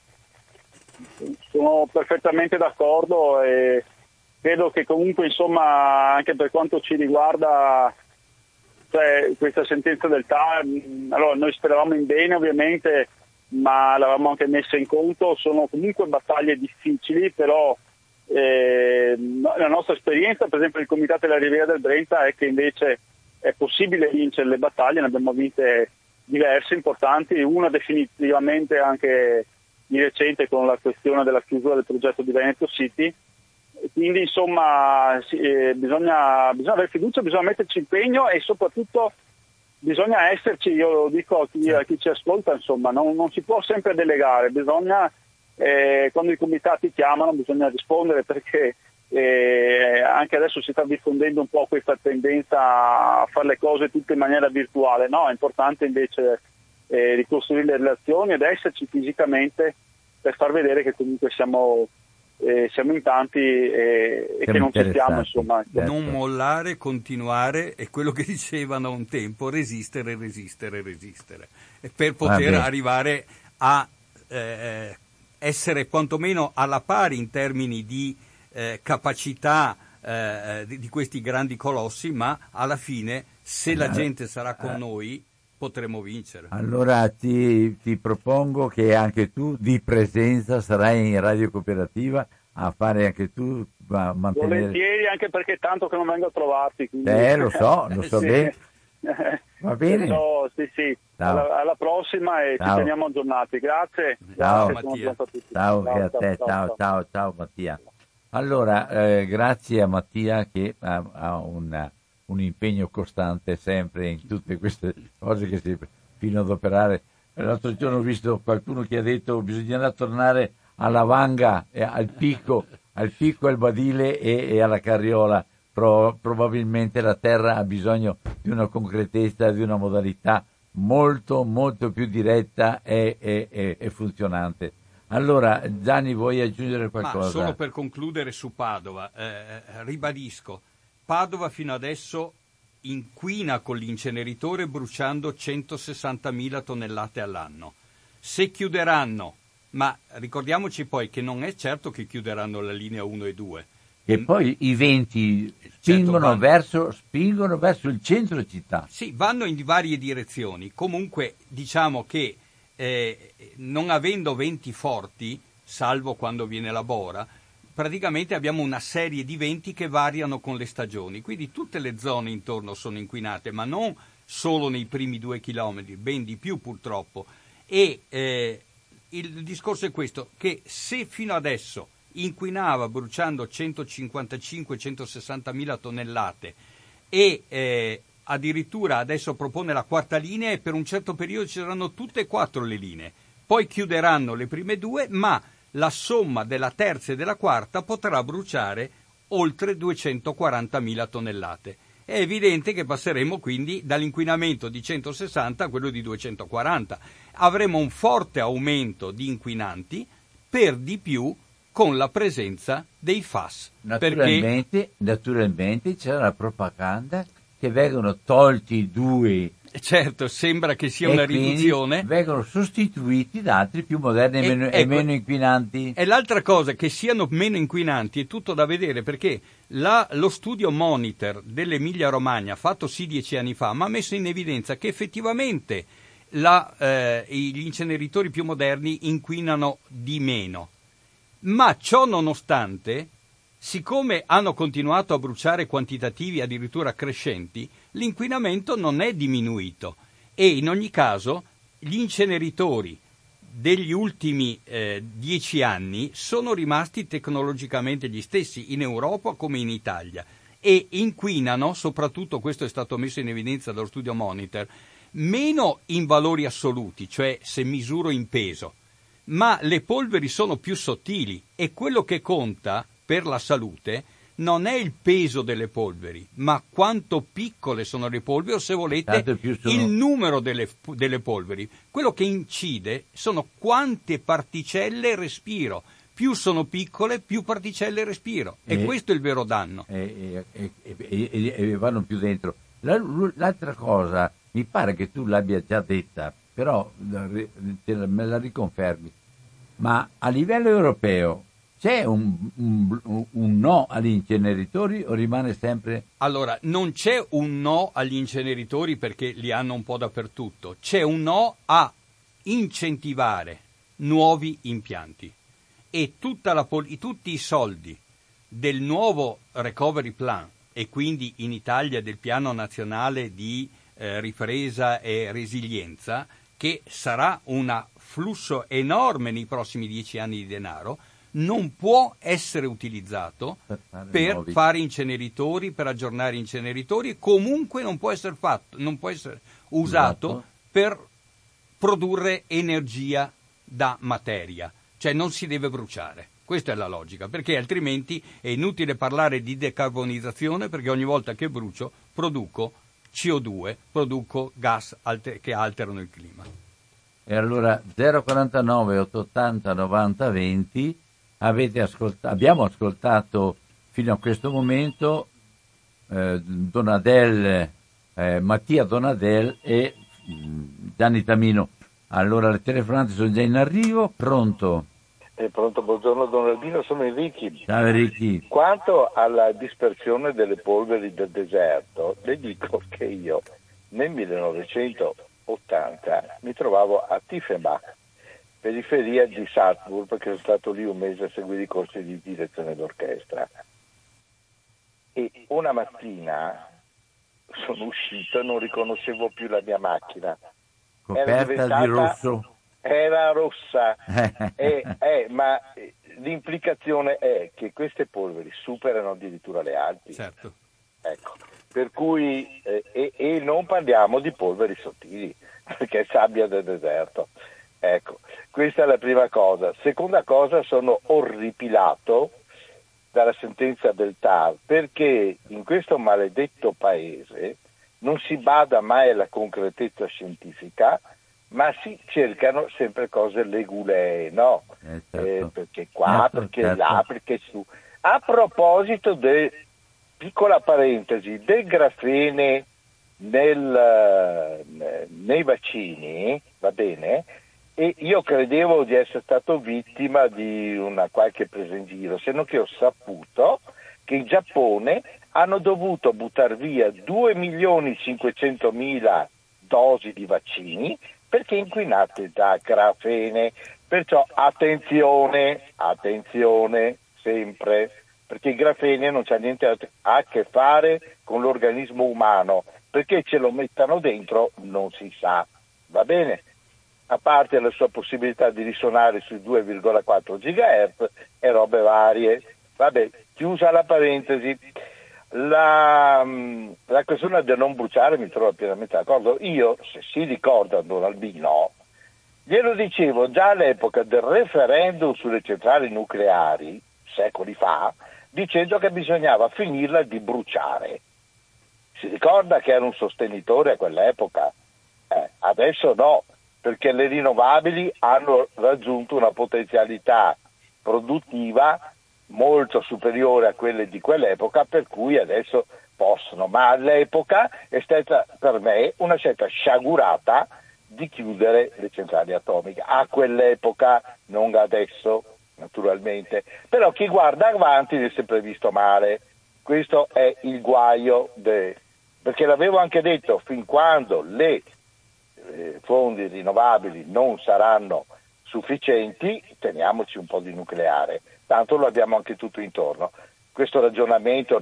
Sono perfettamente d'accordo e credo che comunque, insomma, anche per quanto ci riguarda, cioè, questa sentenza del TAR, allora noi speravamo in bene ovviamente, ma l'avevamo anche messa in conto. Sono comunque battaglie difficili, però la nostra esperienza, per esempio il Comitato della Riviera del Brenta, è che invece è possibile vincere le battaglie. Ne abbiamo vinte diverse importanti, una definitivamente anche di recente con la questione della chiusura del progetto di Veneto City. Quindi insomma bisogna avere fiducia, bisogna metterci impegno e soprattutto bisogna esserci. Io lo dico a chi ci ascolta, insomma, non si può sempre delegare, bisogna quando i comitati chiamano bisogna rispondere, perché anche adesso si sta diffondendo un po' questa tendenza a fare le cose tutte in maniera virtuale. No, è importante invece ricostruire le relazioni ed esserci fisicamente per far vedere che comunque siamo in tanti e che non ci stiamo, insomma. Non mollare, continuare, è quello che dicevano un tempo, resistere e per poter arrivare a essere quantomeno alla pari in termini di capacità di questi grandi colossi, ma alla fine, se la gente sarà con noi, potremo vincere. Allora ti propongo che anche tu di presenza sarai in Radio Cooperativa a fare anche tu, a mantenere... Volentieri, anche perché è tanto che non vengo a trovarti. Quindi... lo so sì. bene. Va bene. Sì. Alla prossima e ci teniamo aggiornati. Grazie. Ciao Mattia. Ciao Mattia. Allora, grazie a Mattia che ha un impegno costante sempre in tutte queste cose che si fino ad operare. L'altro giorno ho visto qualcuno che ha detto bisognerà tornare alla vanga, al picco, al badile e alla carriola. Probabilmente la terra ha bisogno di una concretezza, di una modalità molto molto più diretta e funzionante. Allora, Gianni, vuoi aggiungere qualcosa? Ma solo per concludere su Padova, ribadisco, Padova fino adesso inquina con l'inceneritore bruciando 160.000 tonnellate all'anno. Se chiuderanno, ma ricordiamoci poi che non è certo che chiuderanno la linea 1 e 2. E poi i venti spingono verso il centro città. Sì, vanno in varie direzioni. Comunque diciamo che non avendo venti forti, salvo quando viene la bora, praticamente abbiamo una serie di venti che variano con le stagioni. Quindi tutte le zone intorno sono inquinate, ma non solo nei primi 2 chilometri, ben di più purtroppo. E il discorso è questo, che se fino adesso inquinava bruciando 155-160.000 tonnellate e addirittura adesso propone la quarta linea e per un certo periodo ci saranno tutte e 4 le linee, poi chiuderanno le prime 2, ma la somma della terza e della quarta potrà bruciare oltre 240.000 tonnellate. È evidente che passeremo quindi dall'inquinamento di 160 a quello di 240. Avremo un forte aumento di inquinanti, per di più con la presenza dei FAS. Naturalmente c'è la propaganda che vengono tolti i 2. Certo, sembra che sia una riduzione. Vengono sostituiti da altri più moderni e meno inquinanti. E l'altra cosa, che siano meno inquinanti, è tutto da vedere, perché lo studio Monitor dell'Emilia Romagna, fatto 10 anni fa, mi ha messo in evidenza che effettivamente gli inceneritori più moderni inquinano di meno. Ma ciò nonostante, siccome hanno continuato a bruciare quantitativi addirittura crescenti, l'inquinamento non è diminuito e in ogni caso gli inceneritori degli ultimi 10 anni sono rimasti tecnologicamente gli stessi in Europa come in Italia e inquinano, soprattutto questo è stato messo in evidenza dallo studio Monitor, meno in valori assoluti, cioè se misuro in peso, ma le polveri sono più sottili e quello che conta per la salute non è il peso delle polveri, ma quanto piccole sono le polveri o, se volete, il numero delle polveri. Quello che incide sono quante particelle respiro. Più sono piccole, più particelle respiro. E questo è il vero danno. E vanno più dentro. L'altra cosa, mi pare che tu l'abbia già detta, però me la riconfermi, ma a livello europeo c'è un no agli inceneritori o rimane sempre... Allora, non c'è un no agli inceneritori perché li hanno un po' dappertutto, c'è un no a incentivare nuovi impianti e tutti i soldi del nuovo Recovery Plan e quindi in Italia del Piano Nazionale di Ripresa e Resilienza, che sarà un flusso enorme nei prossimi 10 anni di denaro, non può essere utilizzato per fare inceneritori, per aggiornare inceneritori, e comunque non può essere usato per produrre energia da materia, cioè non si deve bruciare. Questa è la logica, perché altrimenti è inutile parlare di decarbonizzazione, perché ogni volta che brucio produco CO2, produco gas che alterano il clima. E allora 049 880 90 20 abbiamo ascoltato fino a questo momento Mattia Donadel e Gianni Tamino. Allora le telefonate sono già in arrivo. Pronto? Pronto, buongiorno Don Albino, sono Enrichi. Ciao Enrichi. Quanto alla dispersione delle polveri del deserto, le dico che io nel 1980 mi trovavo a Tiefenbach, periferia di Salzburg, perché sono stato lì un mese a seguire i corsi di direzione d'orchestra. E una mattina sono uscito e non riconoscevo più la mia macchina. Coperta di rosso. Era rossa, ma l'implicazione è che queste polveri superano addirittura le Alpi. Certo. Ecco, per cui e non parliamo di polveri sottili, perché è sabbia del deserto. Ecco, questa è la prima cosa. Seconda cosa, sono orripilato dalla sentenza del TAR, perché in questo maledetto paese non si bada mai alla concretezza scientifica, ma si cercano sempre cose legulee, no? Certo. Perché qua, perché là, perché su. A proposito piccola parentesi, del grafene nei vaccini, va bene? E io credevo di essere stato vittima di una qualche presa in giro, se non che ho saputo che in Giappone hanno dovuto buttare via 2.500.000 dosi di vaccini perché inquinate da grafene. Perciò attenzione sempre, perché il grafene non c'ha niente a che fare con l'organismo umano, perché ce lo mettano dentro non si sa, va bene? A parte la sua possibilità di risuonare sui 2,4 GHz e robe varie. Vabbè, chiusa la parentesi. La questione del non bruciare mi trovo pienamente d'accordo. Io, se si ricorda Don Albino, glielo dicevo già all'epoca del referendum sulle centrali nucleari, secoli fa, dicendo che bisognava finirla di bruciare. Si ricorda che era un sostenitore a quell'epoca? Adesso no, perché le rinnovabili hanno raggiunto una potenzialità produttiva molto superiore a quelle di quell'epoca, per cui adesso possono, ma all'epoca è stata per me una scelta sciagurata di chiudere le centrali atomiche, a quell'epoca, non adesso naturalmente, però chi guarda avanti è sempre visto male. Questo è il guaio, perché l'avevo anche detto, fin quando le fonti rinnovabili non saranno sufficienti, teniamoci un po' di nucleare, tanto lo abbiamo anche tutto intorno. Questo ragionamento,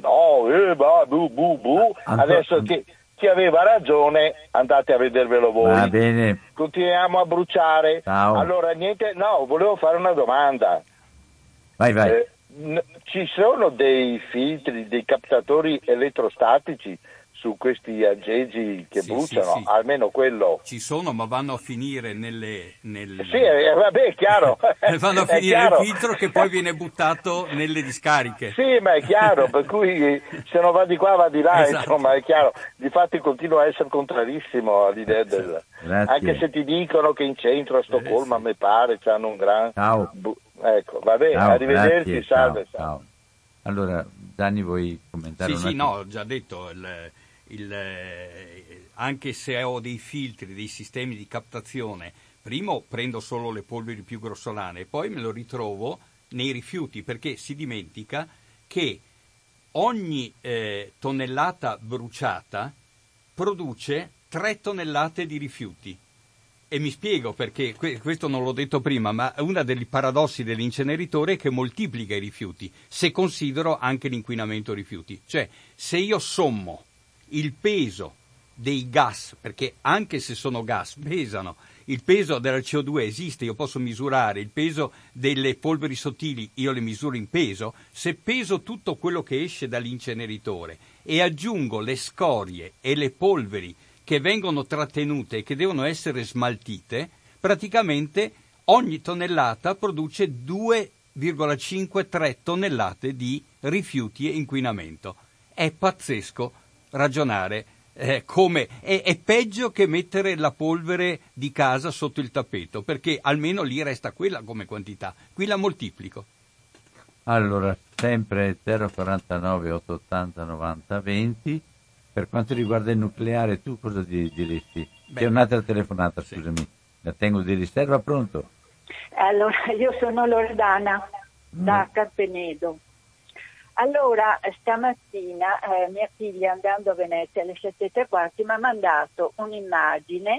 adesso chi aveva ragione andate a vedervelo voi. Va bene. Continuiamo a bruciare. Ciao. Allora volevo fare una domanda. Vai. Ci sono dei filtri, dei captatori elettrostatici su questi aggeggi che bruciano? Sì. Almeno quello. Ci sono, ma vanno a finire nelle... Sì, vabbè, è chiaro. Vanno a finire il filtro che poi viene buttato nelle discariche. Sì, ma è chiaro, per cui se non va di qua va di là, Esatto. Insomma, è chiaro. Difatti continuo a essere contrarissimo all'idea del... Grazie. Anche se ti dicono che in centro a Stoccolma, mi pare, c'hanno un gran... Ciao. Ecco, vabbè, Ciao, arrivederci, grazie, salve. ciao. Allora, Gianni, vuoi commentare un attimo? No, ho già detto, anche se ho dei filtri, dei sistemi di captazione, primo prendo solo le polveri più grossolane e poi me lo ritrovo nei rifiuti, perché si dimentica che ogni tonnellata bruciata produce 3 tonnellate di rifiuti. E mi spiego perché, questo non l'ho detto prima, ma uno dei paradossi dell'inceneritore è che moltiplica i rifiuti, se considero anche l'inquinamento rifiuti. Cioè, se io sommo il peso dei gas, perché anche se sono gas pesano, il peso della CO2 esiste, io posso misurare il peso delle polveri sottili, io le misuro in peso, se peso tutto quello che esce dall'inceneritore e aggiungo le scorie e le polveri che vengono trattenute e che devono essere smaltite, praticamente ogni tonnellata produce 2,5-3 tonnellate di rifiuti e inquinamento. È pazzesco ragionare come è peggio che mettere la polvere di casa sotto il tappeto, perché almeno lì resta quella come quantità, qui la moltiplico. Allora, sempre 049 880 90 20. Per quanto riguarda il nucleare, tu cosa diresti? C'è un'altra telefonata, sì. Scusami, la tengo di riserva, pronto? Allora, io sono Loredana da Carpenedo. Allora, stamattina mia figlia, andando a Venezia alle 7:15, mi ha mandato un'immagine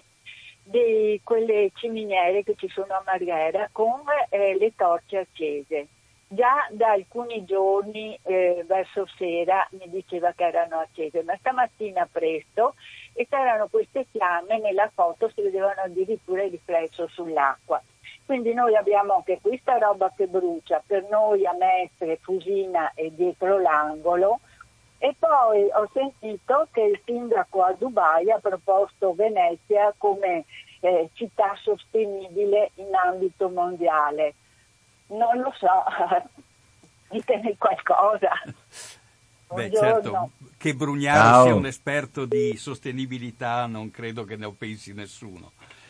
di quelle ciminiere che ci sono a Marghera con le torce accese. Già da alcuni giorni verso sera mi diceva che erano accese, ma stamattina presto e c'erano queste fiamme, nella foto si vedevano addirittura il riflesso sull'acqua. Quindi noi abbiamo anche questa roba che brucia, per noi a Mestre, Fusina e dietro l'angolo. E poi ho sentito che il sindaco a Dubai ha proposto Venezia come città sostenibile in ambito mondiale. Non lo so, ditemi qualcosa. Beh, Buongiorno. certo, che Brugnaro sia un esperto di sostenibilità non credo che ne pensi nessuno.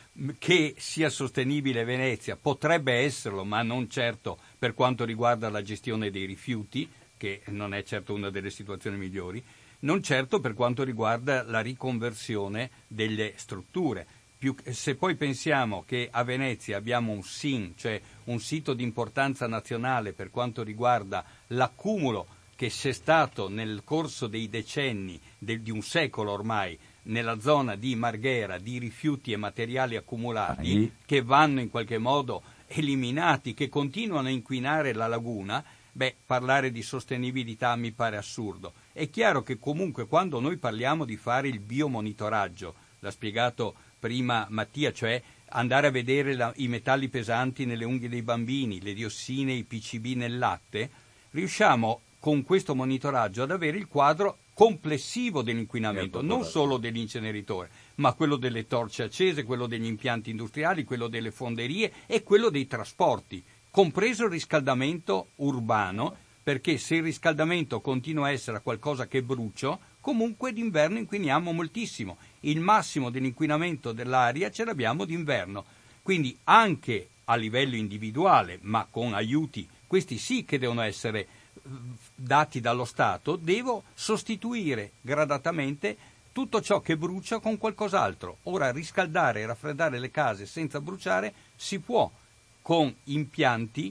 Che sia sostenibile Venezia potrebbe esserlo, ma non certo per quanto riguarda la gestione dei rifiuti, che non è certo una delle situazioni migliori, non certo per quanto riguarda la riconversione delle strutture. Se poi pensiamo che a Venezia abbiamo un SIN, cioè un sito di importanza nazionale per quanto riguarda l'accumulo che c'è stato nel corso dei decenni, di un secolo ormai, nella zona di Marghera, di rifiuti e materiali accumulati che vanno in qualche modo eliminati, che continuano a inquinare la laguna, parlare di sostenibilità mi pare assurdo. È chiaro che comunque quando noi parliamo di fare il biomonitoraggio, l'ha spiegato prima Mattia, cioè andare a vedere i metalli pesanti nelle unghie dei bambini, le diossine, i PCB nel latte, riusciamo con questo monitoraggio ad avere il quadro complessivo dell'inquinamento, non solo dell'inceneritore, ma quello delle torce accese, quello degli impianti industriali, quello delle fonderie e quello dei trasporti, compreso il riscaldamento urbano, perché se il riscaldamento continua a essere qualcosa che brucio, comunque d'inverno inquiniamo moltissimo. Il massimo dell'inquinamento dell'aria ce l'abbiamo d'inverno. Quindi anche a livello individuale, ma con aiuti, questi sì che devono essere dati dallo Stato, devo sostituire gradatamente tutto ciò che brucia con qualcos'altro. Ora riscaldare e raffreddare le case senza bruciare si può con impianti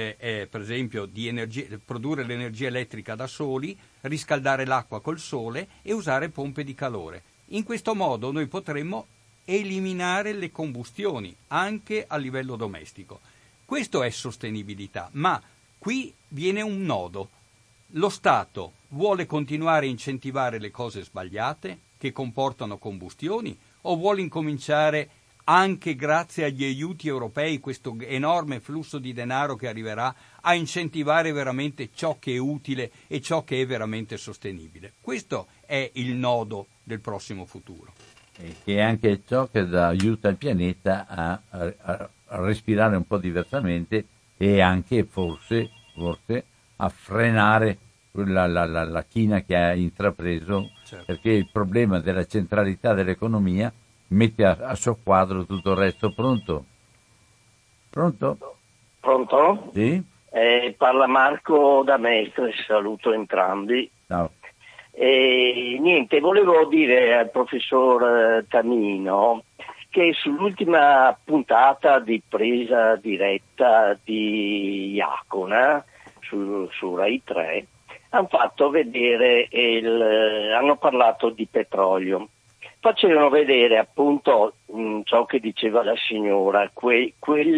per esempio di produrre l'energia elettrica da soli, riscaldare l'acqua col sole e usare pompe di calore. In questo modo noi potremmo eliminare le combustioni anche a livello domestico. Questo è sostenibilità, ma qui viene un nodo. Lo Stato vuole continuare a incentivare le cose sbagliate che comportano combustioni o vuole incominciare anche grazie agli aiuti europei, questo enorme flusso di denaro che arriverà, a incentivare veramente ciò che è utile e ciò che è veramente sostenibile? Questo è il nodo del prossimo futuro. E che è anche ciò che aiuta il pianeta a respirare un po' diversamente e anche forse a frenare la china che ha intrapreso, certo. Perché il problema della centralità dell'economia mette a soqquadro tutto il resto. Pronto? Pronto? Sì? Parla Marco da Mestre, saluto entrambi. Ciao. Niente, volevo dire al professor Tamino che sull'ultima puntata di presa diretta di Iacona su Rai 3 hanno fatto vedere hanno parlato di petrolio. Facevano vedere appunto ciò che diceva la signora, quei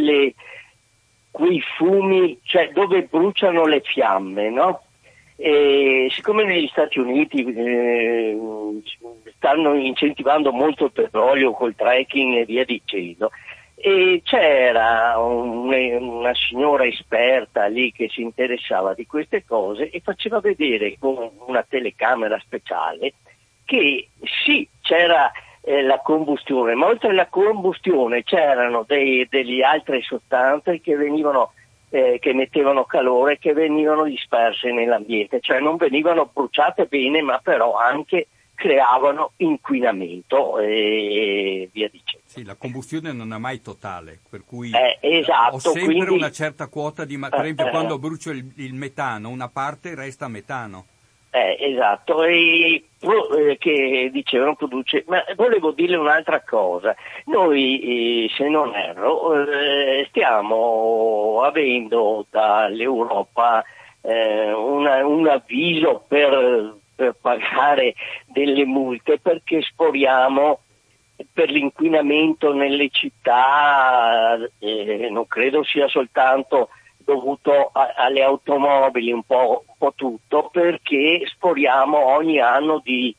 fumi, cioè dove bruciano le fiamme, no? E siccome negli Stati Uniti stanno incentivando molto il petrolio col fracking e via dicendo, e c'era una signora esperta lì che si interessava di queste cose e faceva vedere con una telecamera speciale che sì, c'era la combustione, ma oltre alla combustione c'erano delle altre sostanze che venivano che mettevano calore, che venivano disperse nell'ambiente, cioè non venivano bruciate bene, ma però anche creavano inquinamento e via dicendo. Sì, la combustione non è mai totale, per cui esatto, ho sempre quindi una certa quota di per esempio quando brucio il metano, una parte resta metano. Esatto, che dicevano produce, ma volevo dire un'altra cosa, noi se non erro stiamo avendo dall'Europa un avviso per pagare delle multe perché sporiamo per l'inquinamento nelle città, non credo sia soltanto dovuto alle automobili, un po' tutto, perché sporiamo ogni anno di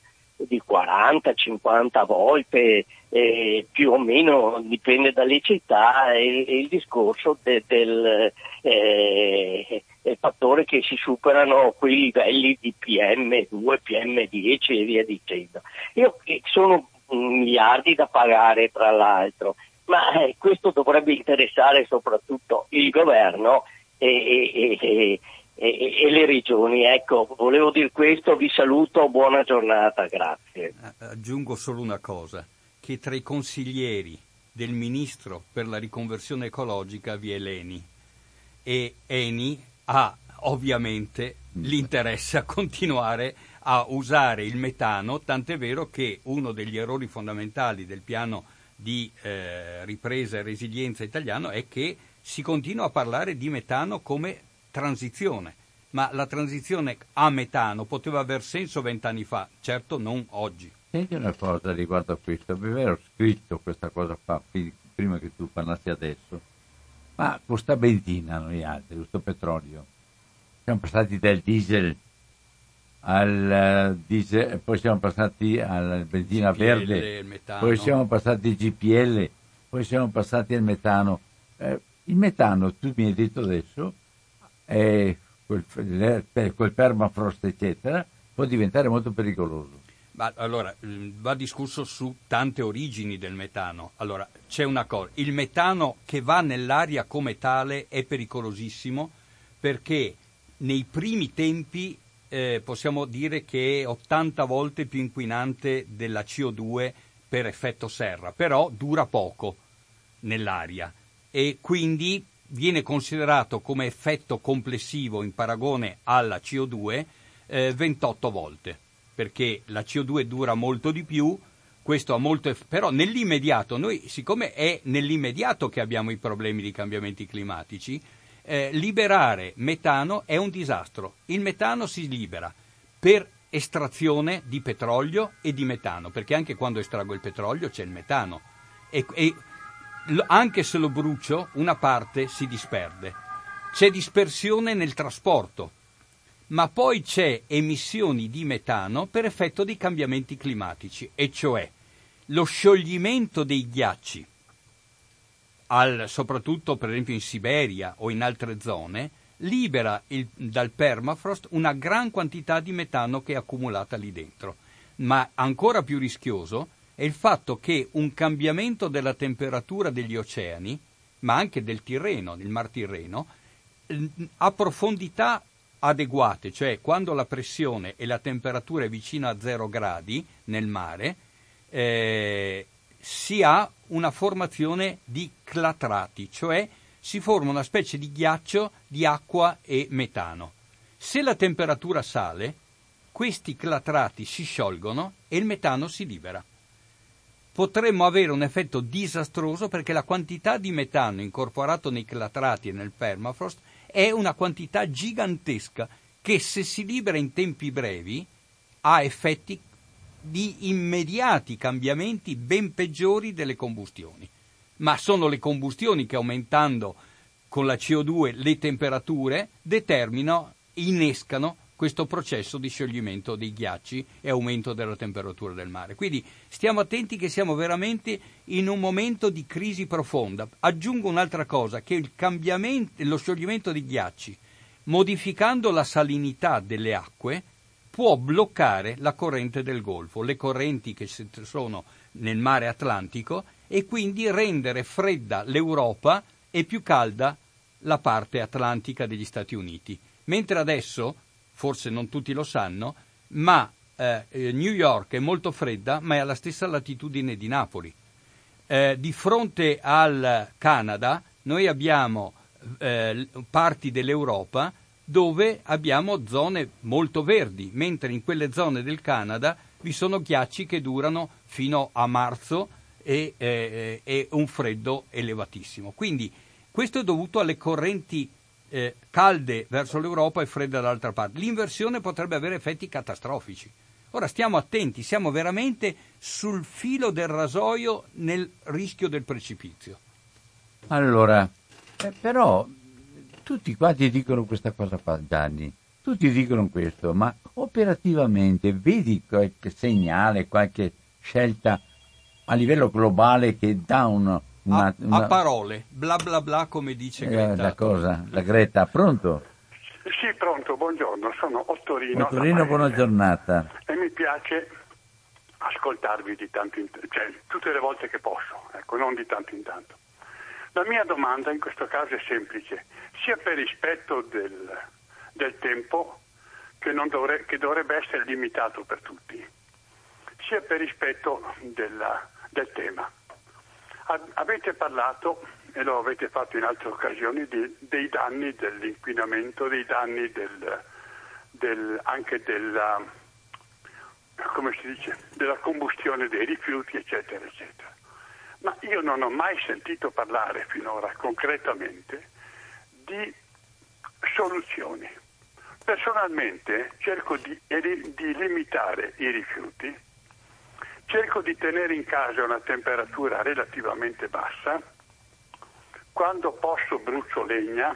40-50 volte, più o meno, dipende dalle città, il discorso del fattore che si superano quei livelli di PM2, PM10 e via dicendo. Sono miliardi da pagare, tra l'altro, ma questo dovrebbe interessare soprattutto il governo e le regioni. Ecco, volevo dire questo, vi saluto, buona giornata, grazie. Aggiungo solo una cosa, che tra i consiglieri del Ministro per la riconversione ecologica vi è l'ENI, e ENI ha ovviamente l'interesse a continuare a usare il metano, tant'è vero che uno degli errori fondamentali del piano di ripresa e resilienza italiano è che si continua a parlare di metano come transizione, ma la transizione a metano poteva aver senso 20 anni fa, certo non oggi. Senti una cosa riguardo a questo, avevo scritto questa cosa qua prima che tu parlassi adesso, ma questa benzina noi altri, questo petrolio, siamo passati dal diesel al diesel, poi siamo passati alla benzina GPL, verde, poi siamo passati al GPL, poi siamo passati al metano. Il metano, tu mi hai detto adesso, quel permafrost eccetera, può diventare molto pericoloso. Ma allora, va discusso su tante origini del metano. Allora, c'è una cosa, il metano che va nell'aria come tale è pericolosissimo perché nei primi tempi possiamo dire che è 80 volte più inquinante della CO2 per effetto serra, però dura poco nell'aria e quindi viene considerato come effetto complessivo in paragone alla CO2 28 volte, perché la CO2 dura molto di più, questo ha molto però nell'immediato, noi siccome è nell'immediato che abbiamo i problemi di cambiamenti climatici, liberare metano è un disastro. Il metano si libera per estrazione di petrolio e di metano, perché anche quando estraggo il petrolio c'è il metano e anche se lo brucio una parte si disperde. C'è dispersione nel trasporto, ma poi c'è emissioni di metano per effetto dei cambiamenti climatici, e cioè lo scioglimento dei ghiacci, soprattutto per esempio in Siberia o in altre zone, libera dal permafrost una gran quantità di metano che è accumulata lì dentro. Ma ancora più rischioso è il fatto che un cambiamento della temperatura degli oceani, ma anche del Tirreno, del Mar Tirreno, a profondità adeguate, cioè quando la pressione e la temperatura è vicina a 0 gradi nel mare, si ha una formazione di clatrati, cioè si forma una specie di ghiaccio di acqua e metano. Se la temperatura sale, questi clatrati si sciolgono e il metano si libera. Potremmo avere un effetto disastroso perché la quantità di metano incorporato nei clatrati e nel permafrost è una quantità gigantesca che, se si libera in tempi brevi, ha effetti di immediati cambiamenti ben peggiori delle combustioni. Ma sono le combustioni che, aumentando con la CO2 le temperature, innescano questo processo di scioglimento dei ghiacci e aumento della temperatura del mare. Quindi stiamo attenti che siamo veramente in un momento di crisi profonda. Aggiungo un'altra cosa, che lo scioglimento dei ghiacci, modificando la salinità delle acque, può bloccare la corrente del Golfo, le correnti che sono nel mare Atlantico, e quindi rendere fredda l'Europa e più calda la parte atlantica degli Stati Uniti. Mentre adesso, forse non tutti lo sanno, ma New York è molto fredda, ma è alla stessa latitudine di Napoli. Di fronte al Canada noi abbiamo parti dell'Europa dove abbiamo zone molto verdi, mentre in quelle zone del Canada vi sono ghiacci che durano fino a marzo e un freddo elevatissimo. Quindi questo è dovuto alle correnti calde verso l'Europa e fredde dall'altra parte. L'inversione potrebbe avere effetti catastrofici. Ora stiamo attenti, siamo veramente sul filo del rasoio nel rischio del precipizio. Allora, però tutti quanti dicono questa cosa qua, Gianni, tutti dicono questo, ma operativamente vedi qualche segnale, qualche scelta a livello globale che dà una a parole, bla bla bla, come dice Greta. La Greta, pronto? Sì, pronto, buongiorno, sono Ottorino. Ottorino, buona giornata. E mi piace ascoltarvi di tanto in tanto, cioè tutte le volte che posso, ecco, non di tanto in tanto. La mia domanda in questo caso è semplice, sia per rispetto del tempo che dovrebbe essere limitato per tutti, sia per rispetto del tema. Avete parlato, e lo avete fatto in altre occasioni, dei danni dell'inquinamento, dei danni anche della, come si dice, della combustione dei rifiuti, eccetera, eccetera. Ma io non ho mai sentito parlare finora concretamente di soluzioni. Personalmente cerco di limitare i rifiuti, cerco di tenere in casa una temperatura relativamente bassa, quando posso brucio legna,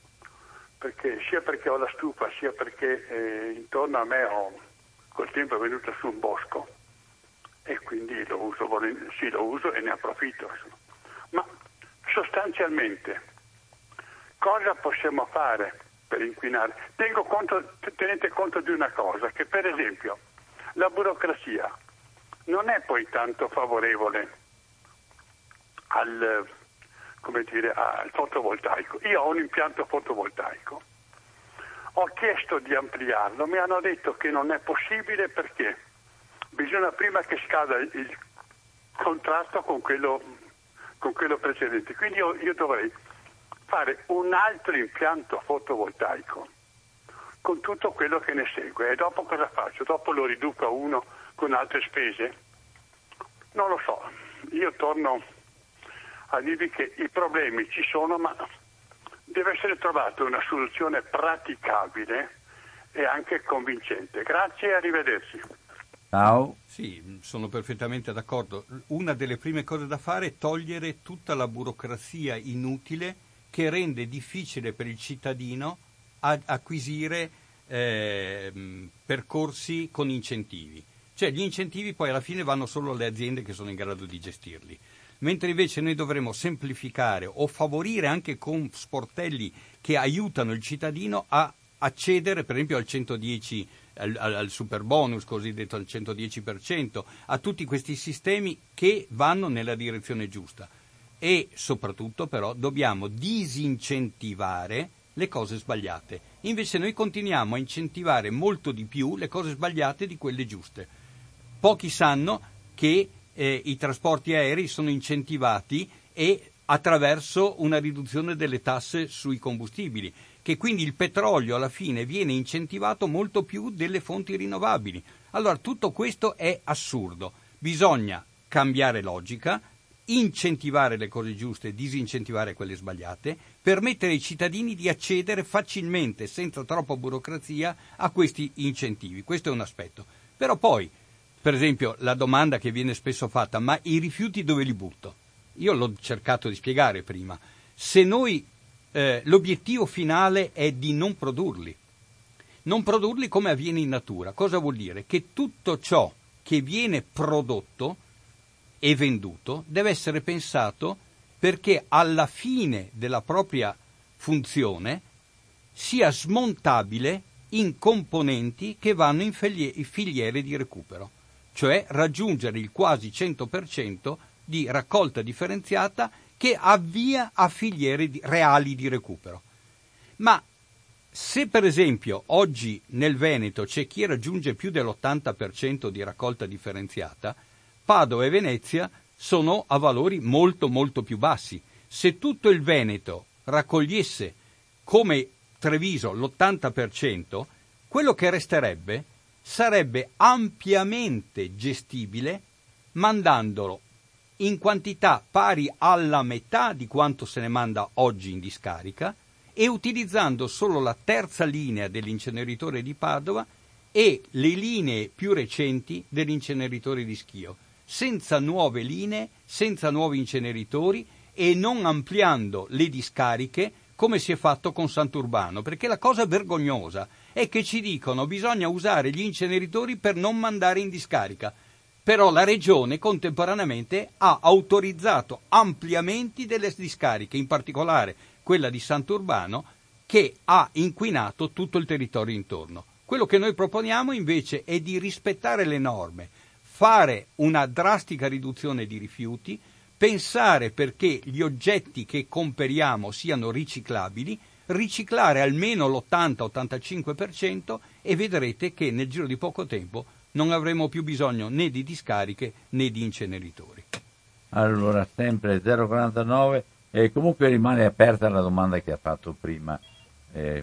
sia perché ho la stufa, sia perché intorno a me col tempo è venuto su un bosco e quindi lo uso e ne approfitto. Ma sostanzialmente cosa possiamo fare per inquinare? Tenete conto di una cosa, che per esempio la burocrazia non è poi tanto favorevole al fotovoltaico. Io ho un impianto fotovoltaico, ho chiesto di ampliarlo, mi hanno detto che non è possibile perché bisogna prima che scada il contratto con quello precedente, quindi io dovrei fare un altro impianto fotovoltaico con tutto quello che ne segue, e dopo cosa faccio? Dopo lo riduco a uno con altre spese? Non lo so, io torno a dirvi che i problemi ci sono, ma deve essere trovata una soluzione praticabile e anche convincente. Grazie e arrivederci. Ciao. Sì, sono perfettamente d'accordo. Una delle prime cose da fare è togliere tutta la burocrazia inutile che rende difficile per il cittadino acquisire percorsi con incentivi. Cioè gli incentivi poi alla fine vanno solo alle aziende che sono in grado di gestirli. Mentre invece noi dovremmo semplificare o favorire anche con sportelli che aiutano il cittadino a accedere per esempio al 110, al super bonus cosiddetto al 110%, a tutti questi sistemi che vanno nella direzione giusta. E soprattutto però dobbiamo disincentivare le cose sbagliate. Invece noi continuiamo a incentivare molto di più le cose sbagliate di quelle giuste. Pochi sanno che i trasporti aerei sono incentivati e attraverso una riduzione delle tasse sui combustibili, che quindi il petrolio alla fine viene incentivato molto più delle fonti rinnovabili. Allora tutto questo è assurdo, bisogna cambiare logica, incentivare le cose giuste, disincentivare quelle sbagliate, permettere ai cittadini di accedere facilmente, senza troppa burocrazia, a questi incentivi. Questo è un aspetto. Però poi, per esempio, la domanda che viene spesso fatta, ma i rifiuti dove li butto? Io l'ho cercato di spiegare prima. Se noi l'obiettivo finale è di non produrli come avviene in natura, cosa vuol dire? Che tutto ciò che viene prodotto e venduto deve essere pensato perché alla fine della propria funzione sia smontabile in componenti che vanno in filiere di recupero, cioè raggiungere il quasi 100% di raccolta differenziata che avvia a filiere reali di recupero. Ma se per esempio oggi nel Veneto c'è chi raggiunge più dell'80% di raccolta differenziata, Padova e Venezia sono a valori molto molto più bassi. Se tutto il Veneto raccogliesse come Treviso l'80%, quello che resterebbe sarebbe ampiamente gestibile mandandolo in quantità pari alla metà di quanto se ne manda oggi in discarica e utilizzando solo la terza linea dell'inceneritore di Padova e le linee più recenti dell'inceneritore di Schio, senza nuove linee, senza nuovi inceneritori e non ampliando le discariche come si è fatto con Sant'Urbano, perché la cosa vergognosa è che ci dicono bisogna usare gli inceneritori per non mandare in discarica. Però la Regione contemporaneamente ha autorizzato ampliamenti delle discariche, in particolare quella di Sant'Urbano, che ha inquinato tutto il territorio intorno. Quello che noi proponiamo invece è di rispettare le norme, fare una drastica riduzione di rifiuti, pensare perché gli oggetti che comperiamo siano riciclabili, riciclare almeno l'80-85% e vedrete che nel giro di poco tempo non avremo più bisogno né di discariche né di inceneritori. Allora, sempre 049 e comunque rimane aperta la domanda che ha fatto prima. C'è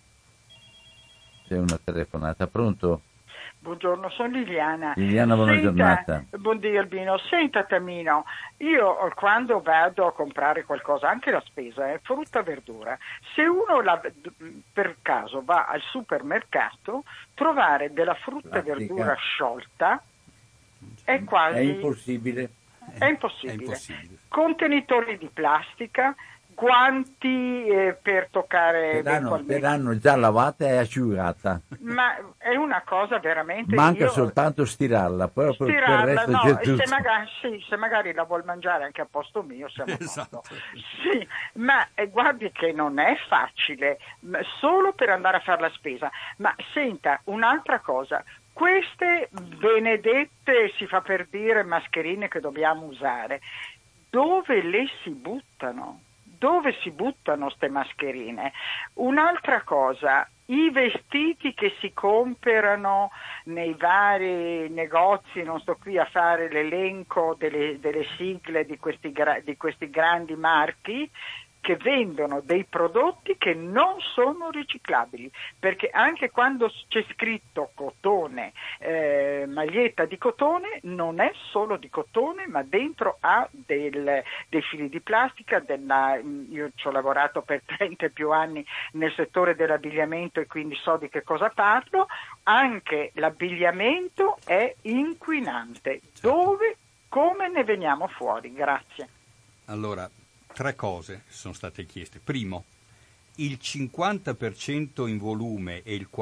una telefonata, pronto? Buongiorno, sono Liliana. Liliana, buona giornata. Buongiorno Albino. Senta Tamino, io quando vado a comprare qualcosa, anche la spesa, frutta e verdura, se uno per caso va al supermercato, trovare della frutta e verdura sciolta è quasi... È impossibile. È impossibile. Contenitori di plastica, guanti per toccare l'hanno già lavata e asciugata. Ma è una cosa veramente... Manca soltanto stirarla, poi per il resto no, c'è tutto. Se magari la vuol mangiare anche a posto mio, siamo esatto. Sì, ma guardi che non è facile, solo per andare a fare la spesa. Ma senta, un'altra cosa, queste benedette, si fa per dire, mascherine che dobbiamo usare, dove le si buttano? Dove si buttano ste mascherine? Un'altra cosa, i vestiti che si comprano nei vari negozi, non sto qui a fare l'elenco delle sigle di questi grandi marchi, che vendono dei prodotti che non sono riciclabili, perché anche quando c'è scritto cotone, maglietta di cotone, non è solo di cotone, ma dentro ha dei fili di plastica. Io ci ho lavorato per 30 e più anni nel settore dell'abbigliamento e quindi so di che cosa parlo. Anche l'abbigliamento è inquinante. Come ne veniamo fuori? Grazie. Allora, 3 cose sono state chieste. Primo, il 50% in volume e il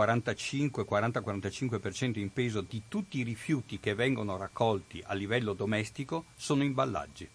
40-45% in peso di tutti i rifiuti che vengono raccolti a livello domestico sono imballaggi.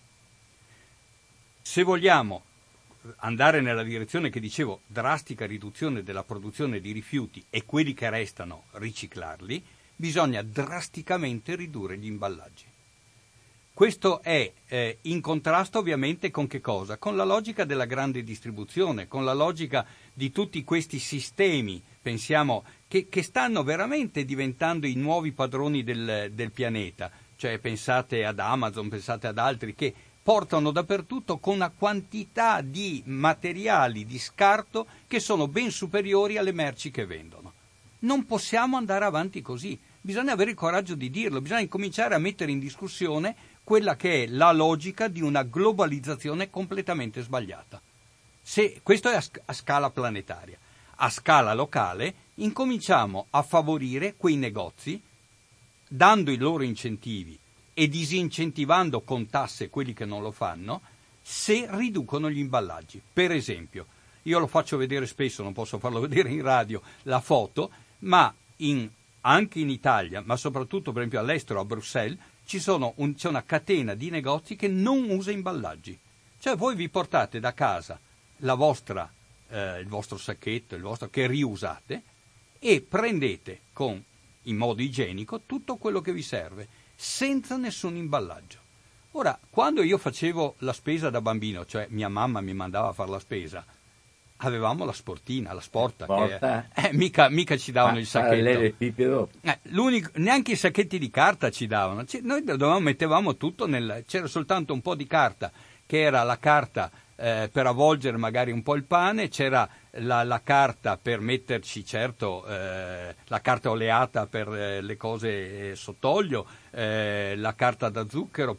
Se vogliamo andare nella direzione che dicevo, drastica riduzione della produzione di rifiuti e quelli che restano riciclarli, bisogna drasticamente ridurre gli imballaggi. Questo è in contrasto ovviamente con che cosa? Con la logica della grande distribuzione, con la logica di tutti questi sistemi, pensiamo, che stanno veramente diventando i nuovi padroni del pianeta. Cioè pensate ad Amazon, pensate ad altri che portano dappertutto con una quantità di materiali di scarto che sono ben superiori alle merci che vendono. Non possiamo andare avanti così, bisogna avere il coraggio di dirlo, bisogna incominciare a mettere in discussione quella che è la logica di una globalizzazione completamente sbagliata. Questo è a scala planetaria. A scala locale incominciamo a favorire quei negozi, dando i loro incentivi e disincentivando con tasse quelli che non lo fanno, se riducono gli imballaggi. Per esempio, io lo faccio vedere spesso, non posso farlo vedere in radio, la foto, ma anche in Italia, ma soprattutto per esempio all'estero, a Bruxelles, c'è una catena di negozi che non usa imballaggi. Cioè voi vi portate da casa il vostro sacchetto, che riusate, e prendete in modo igienico tutto quello che vi serve, senza nessun imballaggio. Ora, quando io facevo la spesa da bambino, cioè mia mamma mi mandava a fare la spesa, avevamo la sportina, la sporta, che mica ci davano il sacchetto. Neanche i sacchetti di carta ci davano. Noi mettevamo tutto c'era soltanto un po' di carta, che era la carta per avvolgere magari un po' il pane, c'era la carta per metterci, certo, la carta oleata per le cose sott'olio, la carta da zucchero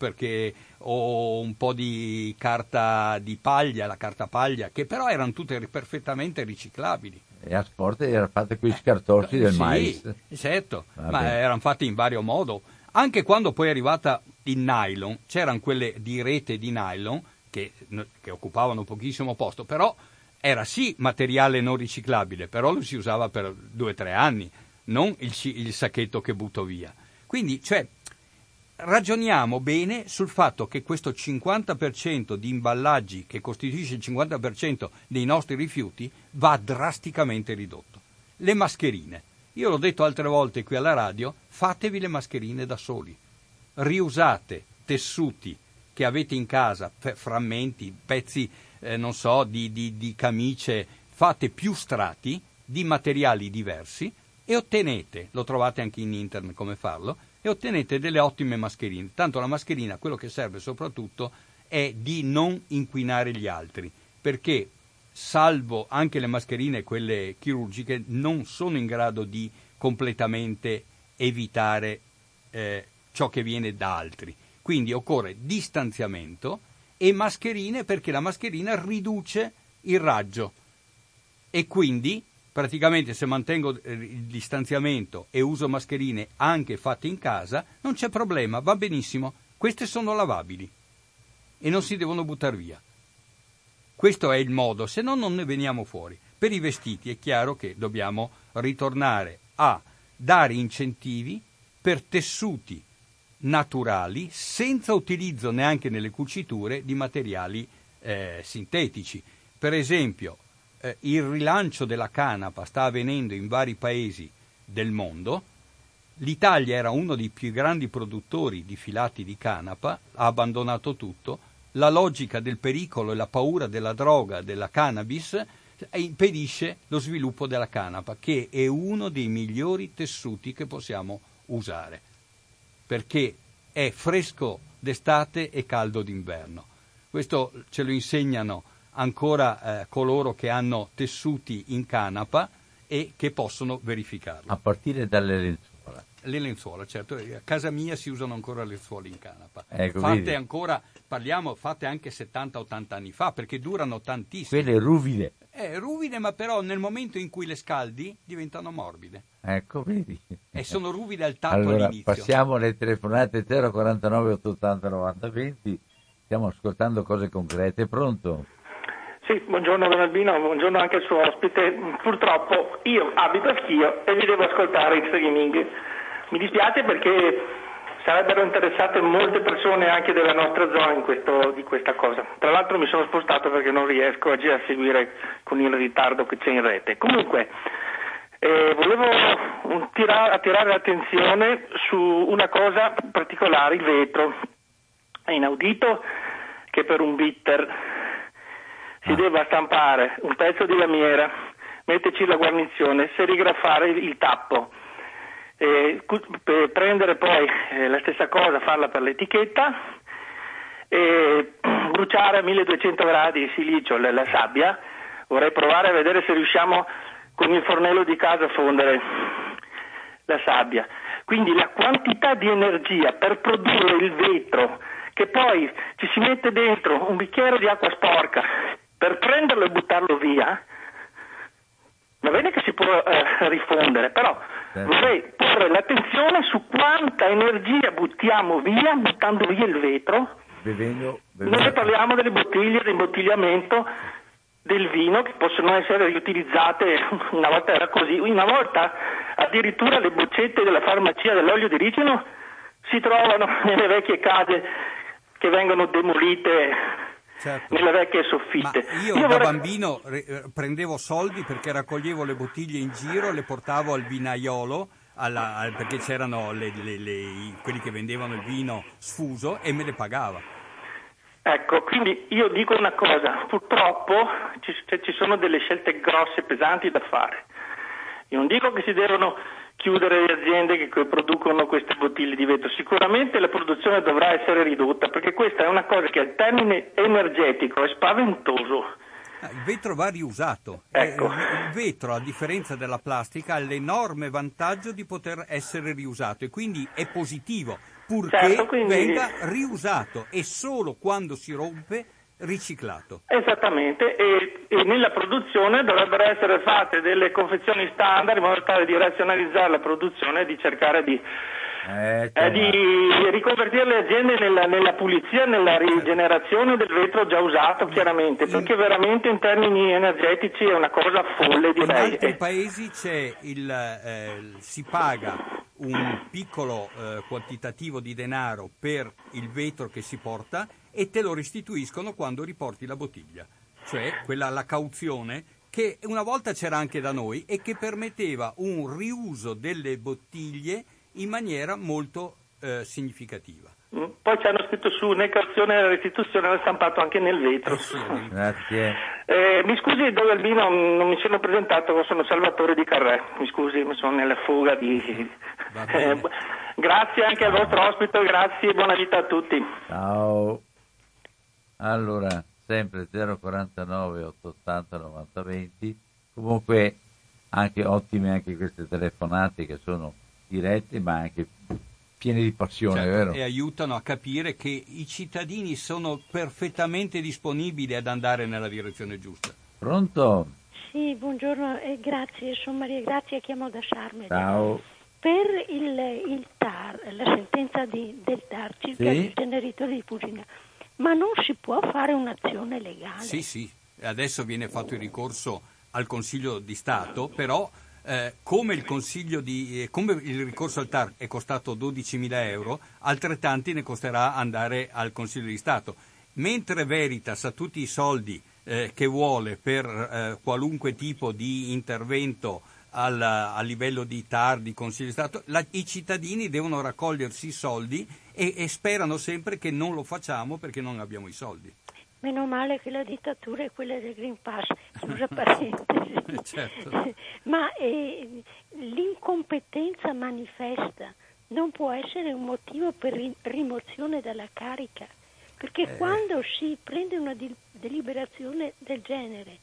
o un po' di carta di paglia, la carta paglia, che però erano tutte perfettamente riciclabili. E a sport erano fatte quei scartocci del mais. Certo, ma erano fatti in vario modo. Anche quando poi è arrivata il nylon, c'erano quelle di rete di nylon, che occupavano pochissimo posto, però era sì materiale non riciclabile, però lo si usava per 2 o 3 anni, non il sacchetto che butto via. Quindi, ragioniamo bene sul fatto che questo 50% di imballaggi, che costituisce il 50% dei nostri rifiuti, va drasticamente ridotto. Le mascherine. Io l'ho detto altre volte qui alla radio, fatevi le mascherine da soli. Riusate tessuti che avete in casa, frammenti, pezzi, di camicie, fate più strati di materiali diversi e ottenete, lo trovate anche in internet come farlo, e ottenete delle ottime mascherine. Tanto la mascherina, quello che serve soprattutto è di non inquinare gli altri, perché salvo anche le mascherine, quelle chirurgiche, non sono in grado di completamente evitare ciò che viene da altri. Quindi occorre distanziamento e mascherine, perché la mascherina riduce il raggio e quindi praticamente se mantengo il distanziamento e uso mascherine anche fatte in casa non c'è problema, va benissimo. Queste sono lavabili e non si devono buttare via. Questo è il modo, se no non ne veniamo fuori. Per i vestiti è chiaro che dobbiamo ritornare a dare incentivi per tessuti naturali, senza utilizzo neanche nelle cuciture di materiali sintetici. Per esempio, il rilancio della canapa sta avvenendo in vari paesi del mondo. L'Italia era uno dei più grandi produttori di filati di canapa, ha abbandonato tutto. La logica del pericolo e la paura della droga, della cannabis, impedisce lo sviluppo della canapa, che è uno dei migliori tessuti che possiamo usare, perché è fresco d'estate e caldo d'inverno. Questo ce lo insegnano ancora coloro che hanno tessuti in canapa e che possono verificarlo. A partire dalle lenzuola. Le lenzuola, certo. A casa mia si usano ancora lenzuola in canapa. Ecco, fatte vedi. Ancora, fatte anche 70-80 anni fa, perché durano tantissimo. Quelle ruvide. Ruvide, ma però nel momento in cui le scaldi diventano morbide. Ecco, vedi. E sono ruvide al tatto allora, all'inizio. Passiamo alle telefonate 049 880 90 20. Stiamo ascoltando cose concrete. Pronto? Sì, buongiorno Don Albino, buongiorno anche al suo ospite. Purtroppo io abito a Schio e vi devo ascoltare in streaming. Mi dispiace perché sarebbero interessate molte persone anche della nostra zona di questa cosa. Tra l'altro mi sono spostato perché non riesco oggi a seguire con il ritardo che c'è in rete. Comunque, volevo attirare l'attenzione su una cosa particolare, il vetro. È inaudito che per un bitter si debba stampare un pezzo di lamiera, metterci la guarnizione, serigrafare il tappo, prendere poi la stessa cosa, farla per l'etichetta bruciare a 1200 gradi il silicio, la sabbia. Vorrei provare a vedere se riusciamo con il fornello di casa a fondere la sabbia. Quindi la quantità di energia per produrre il vetro, che poi ci si mette dentro un bicchiere di acqua sporca per prenderlo e buttarlo via, va bene che si può rifondere, però vorrei porre l'attenzione su quanta energia buttiamo via buttando via il vetro. Noi parliamo delle bottiglie di imbottigliamento del vino che possono essere riutilizzate. Una volta era così, una volta addirittura le boccette della farmacia dell'olio di ricino si trovano nelle vecchie case che vengono demolite, certo, nelle vecchie soffitte. Ma io da bambino prendevo soldi perché raccoglievo le bottiglie in giro, le portavo al vinaiolo, perché c'erano quelli che vendevano il vino sfuso, e me le pagava. Ecco, quindi io dico una cosa, purtroppo ci sono delle scelte grosse e pesanti da fare. Io non dico che si devono chiudere le aziende che producono queste bottiglie di vetro, sicuramente la produzione dovrà essere ridotta, perché questa è una cosa che al termine energetico è spaventoso. Il vetro va riusato. Ecco. Il vetro, a differenza della plastica, ha l'enorme vantaggio di poter essere riusato, e quindi è positivo, purché certo, quindi venga riusato, e solo quando si rompe riciclato. Esattamente, e nella produzione dovrebbero essere fatte delle confezioni standard in modo tale di razionalizzare la produzione e di cercare di riconvertire le aziende nella pulizia, nella rigenerazione del vetro già usato, chiaramente, perché veramente in termini energetici è una cosa folle, direi. In altri paesi si paga un piccolo quantitativo di denaro per il vetro che si porta, e te lo restituiscono quando riporti la bottiglia, cioè la cauzione che una volta c'era anche da noi e che permetteva un riuso delle bottiglie in maniera molto significativa. Poi ci hanno scritto su né cauzione né restituzione, l'hanno stampato anche nel vetro. Grazie. Mi scusi, Don Albino, non mi sono presentato, sono Salvatore di Carré, mi scusi, sono nella fuga di... Grazie anche al vostro ospite, grazie e buona vita a tutti. Ciao. Allora, sempre 049 880 90 20, comunque anche ottime anche queste telefonate che sono dirette ma anche piene di passione, certo, vero? E aiutano a capire che i cittadini sono perfettamente disponibili ad andare nella direzione giusta. Pronto? Sì, buongiorno, grazie, sono Maria Grazia, chiamo da Sarmede. Ciao. Per il TAR, la sentenza del TAR circa il generitore di Fucina, ma non si può fare un'azione legale? Sì, adesso viene fatto il ricorso al Consiglio di Stato, però come il ricorso al TAR è costato 12.000 euro, altrettanti ne costerà andare al Consiglio di Stato. Mentre Veritas ha tutti i soldi che vuole per qualunque tipo di intervento a livello di TAR, di Consiglio di Stato, i cittadini devono raccogliersi i soldi e sperano sempre che non lo facciamo perché non abbiamo i soldi. Meno male che la dittatura è quella del Green Pass, chiusa parentesi. Certo. Ma l'incompetenza manifesta non può essere un motivo per rimozione dalla carica, perché quando si prende una deliberazione del genere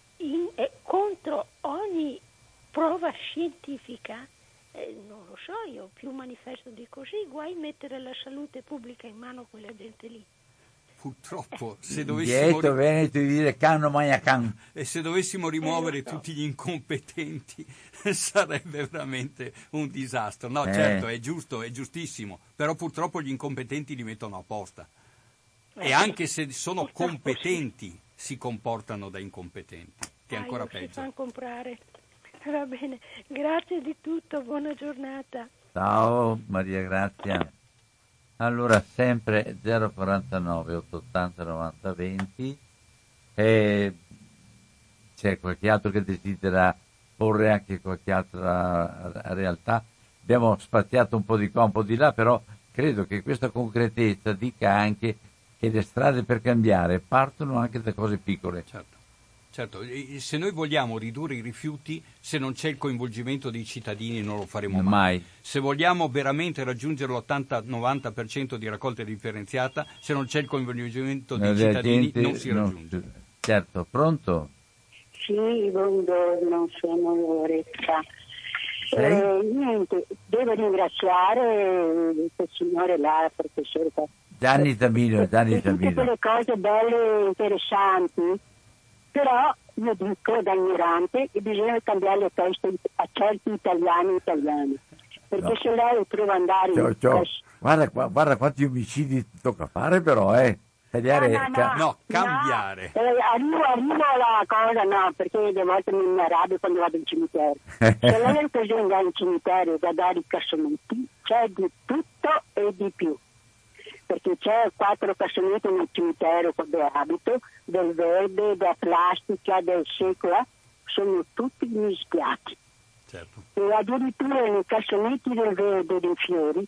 contro ogni prova scientifica, non lo so, io più manifesto di così, guai mettere la salute pubblica in mano a quella gente lì. Purtroppo, se dovessimo Veneto di dire canno magna can. E se dovessimo rimuovere tutti gli incompetenti sarebbe veramente un disastro. No, certo, è giusto, è giustissimo, però purtroppo gli incompetenti li mettono apposta. E anche se sono competenti si comportano da incompetenti, che è ancora peggio. Si fanno comprare. Va bene, grazie di tutto, buona giornata. Ciao Maria Grazia. Allora, sempre 049 880 90 20, c'è qualche altro che desidera porre anche qualche altra realtà. Abbiamo spaziato un po' di qua, un po' di là, però credo che questa concretezza dica anche che le strade per cambiare partono anche da cose piccole. Certo. Certo, se noi vogliamo ridurre i rifiuti, se non c'è il coinvolgimento dei cittadini non lo faremo mai. Se vogliamo veramente raggiungere l'80-90% di raccolta differenziata, se non c'è il coinvolgimento dei cittadini non si raggiunge. Certo, pronto? Sì, buongiorno, sono Loretta. Niente, devo ringraziare il signore là, professore. Gianni Tamino. Tutte quelle cose belle e interessanti, però io dico da ignorante che bisogna cambiare le teste a certi italiani, perché se lei prova ad andare... Guarda quanti omicidi tocca fare però, tagliare... cambiare. Arrivo alla cosa, perché delle volte mi arrabbio quando vado in cimitero. Se lei ha occasione di andare in cimitero da dare i cassonetti, c'è di tutto e di più. Perché c'è 4 cassonetti nel cimitero dove abito, del verde, della plastica, del secolo, sono tutti mischiati. Certo. E addirittura nei cassonetti del verde dei fiori,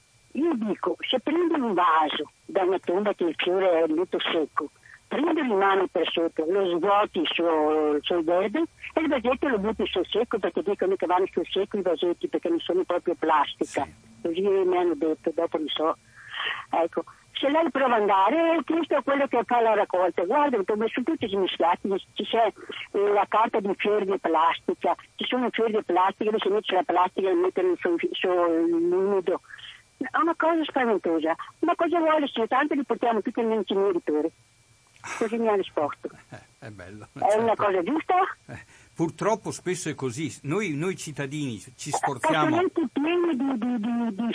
io dico, se prendi un vaso da una tomba che il fiore è molto secco, prendi in mano per sotto, lo svuoti sul verde e il vasetto lo butti sul secco, perché dicono che vanno sul secco i vasetti perché non sono proprio plastica. Sì. Così mi hanno detto, dopo ne so. Ecco, se lei prova ad andare, questo è quello che fa la raccolta. Guarda, sono tutti mischiati, c'è la carta di fiori di plastica, ci sono fiori di plastica, se metti la plastica e mettono sull'umido. È una cosa spaventosa. Ma cosa vuole se tanto li portiamo tutti negli inceneritori? Così mi ha risposto. È bello. È una cosa giusta? Purtroppo spesso è così. Noi cittadini ci sforziamo. Cassonetti pieni di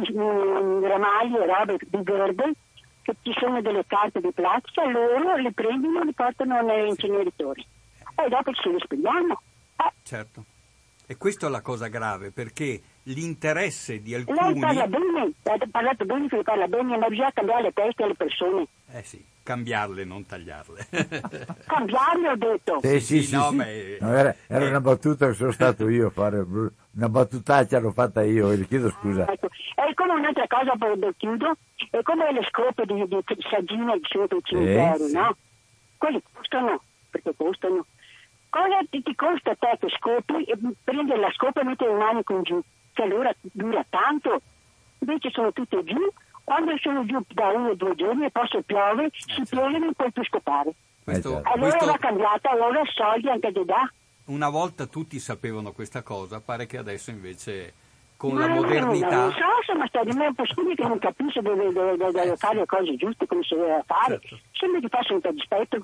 fiori, gramaglie, robe di verde, che ci sono delle carte di plastica, loro li prendono e li portano negli inceneritori. E dopo ci li spediamo. Certo. E questa è la cosa grave, perché l'interesse di alcuni... Lei parla bene, ha parlato bene, che parla bene, ma bisogna cambiare le teste alle persone. Sì, cambiarle, non tagliarle. Cambiarle, ho detto. Sì. No, era una battuta che sono stato io a fare, una battutaccia l'ho fatta io, vi chiedo scusa. Ecco. E come un'altra cosa, poi chiudo, è come le scope di saggine sotto i cimiteri, no? Quelli costano, perché costano. Cosa ti costa a te che scopi e prendi la scopa e metti le mani con giù? Che allora dura tanto. Invece sono tutte giù, quando sono giù da 1 o 2 giorni e poi se piove, si piove e non puoi più scopare. Allora va cambiata, allora soldi anche di dà. Una volta tutti sapevano questa cosa, pare che adesso invece con la modernità... Non so, ma sta di me un po' stupidi che non capisce dove fare le cose giuste come si deve fare. Certo. Sembra che faccia un po' dispetto.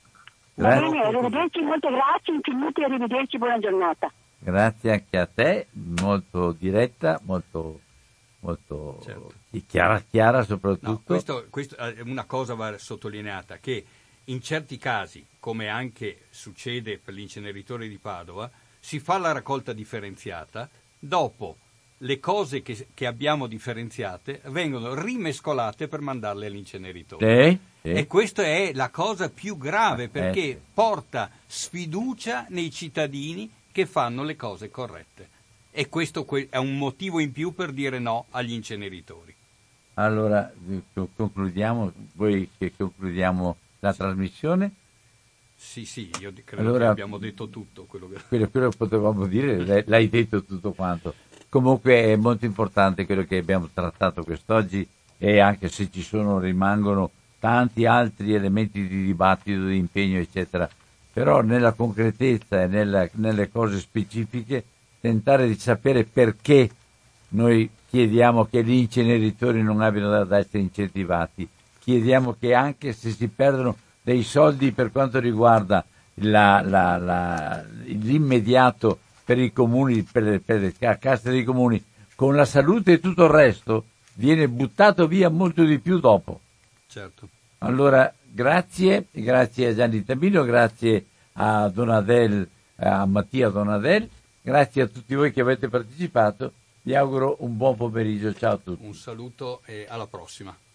Va bene, arrivederci, molte grazie, infinite, arrivederci, buona giornata. Grazie anche a te, molto diretta, molto certo. chiara soprattutto. No, questo è una cosa va sottolineata, che in certi casi, come anche succede per l'inceneritore di Padova, si fa la raccolta differenziata, dopo le cose che abbiamo differenziate vengono rimescolate per mandarle all'inceneritore. Sì. E questa è la cosa più grave, perché porta sfiducia nei cittadini che fanno le cose corrette. E questo è un motivo in più per dire no agli inceneritori. Allora, concludiamo, voi che concludiamo la trasmissione? Sì, io credo che abbiamo detto tutto. Quello che potevamo dire, l'hai detto tutto quanto. Comunque è molto importante quello che abbiamo trattato quest'oggi, e anche se rimangono tanti altri elementi di dibattito, di impegno, eccetera, però nella concretezza e nelle cose specifiche tentare di sapere perché noi chiediamo che gli inceneritori non abbiano da essere incentivati, chiediamo che anche se si perdono dei soldi per quanto riguarda l'immediato per i comuni, per le casse dei comuni, con la salute e tutto il resto viene buttato via molto di più dopo. Certo. Allora, grazie a Gianni Tamino, grazie a a Mattia Donadel, grazie a tutti voi che avete partecipato, vi auguro un buon pomeriggio, ciao a tutti. Un saluto e alla prossima.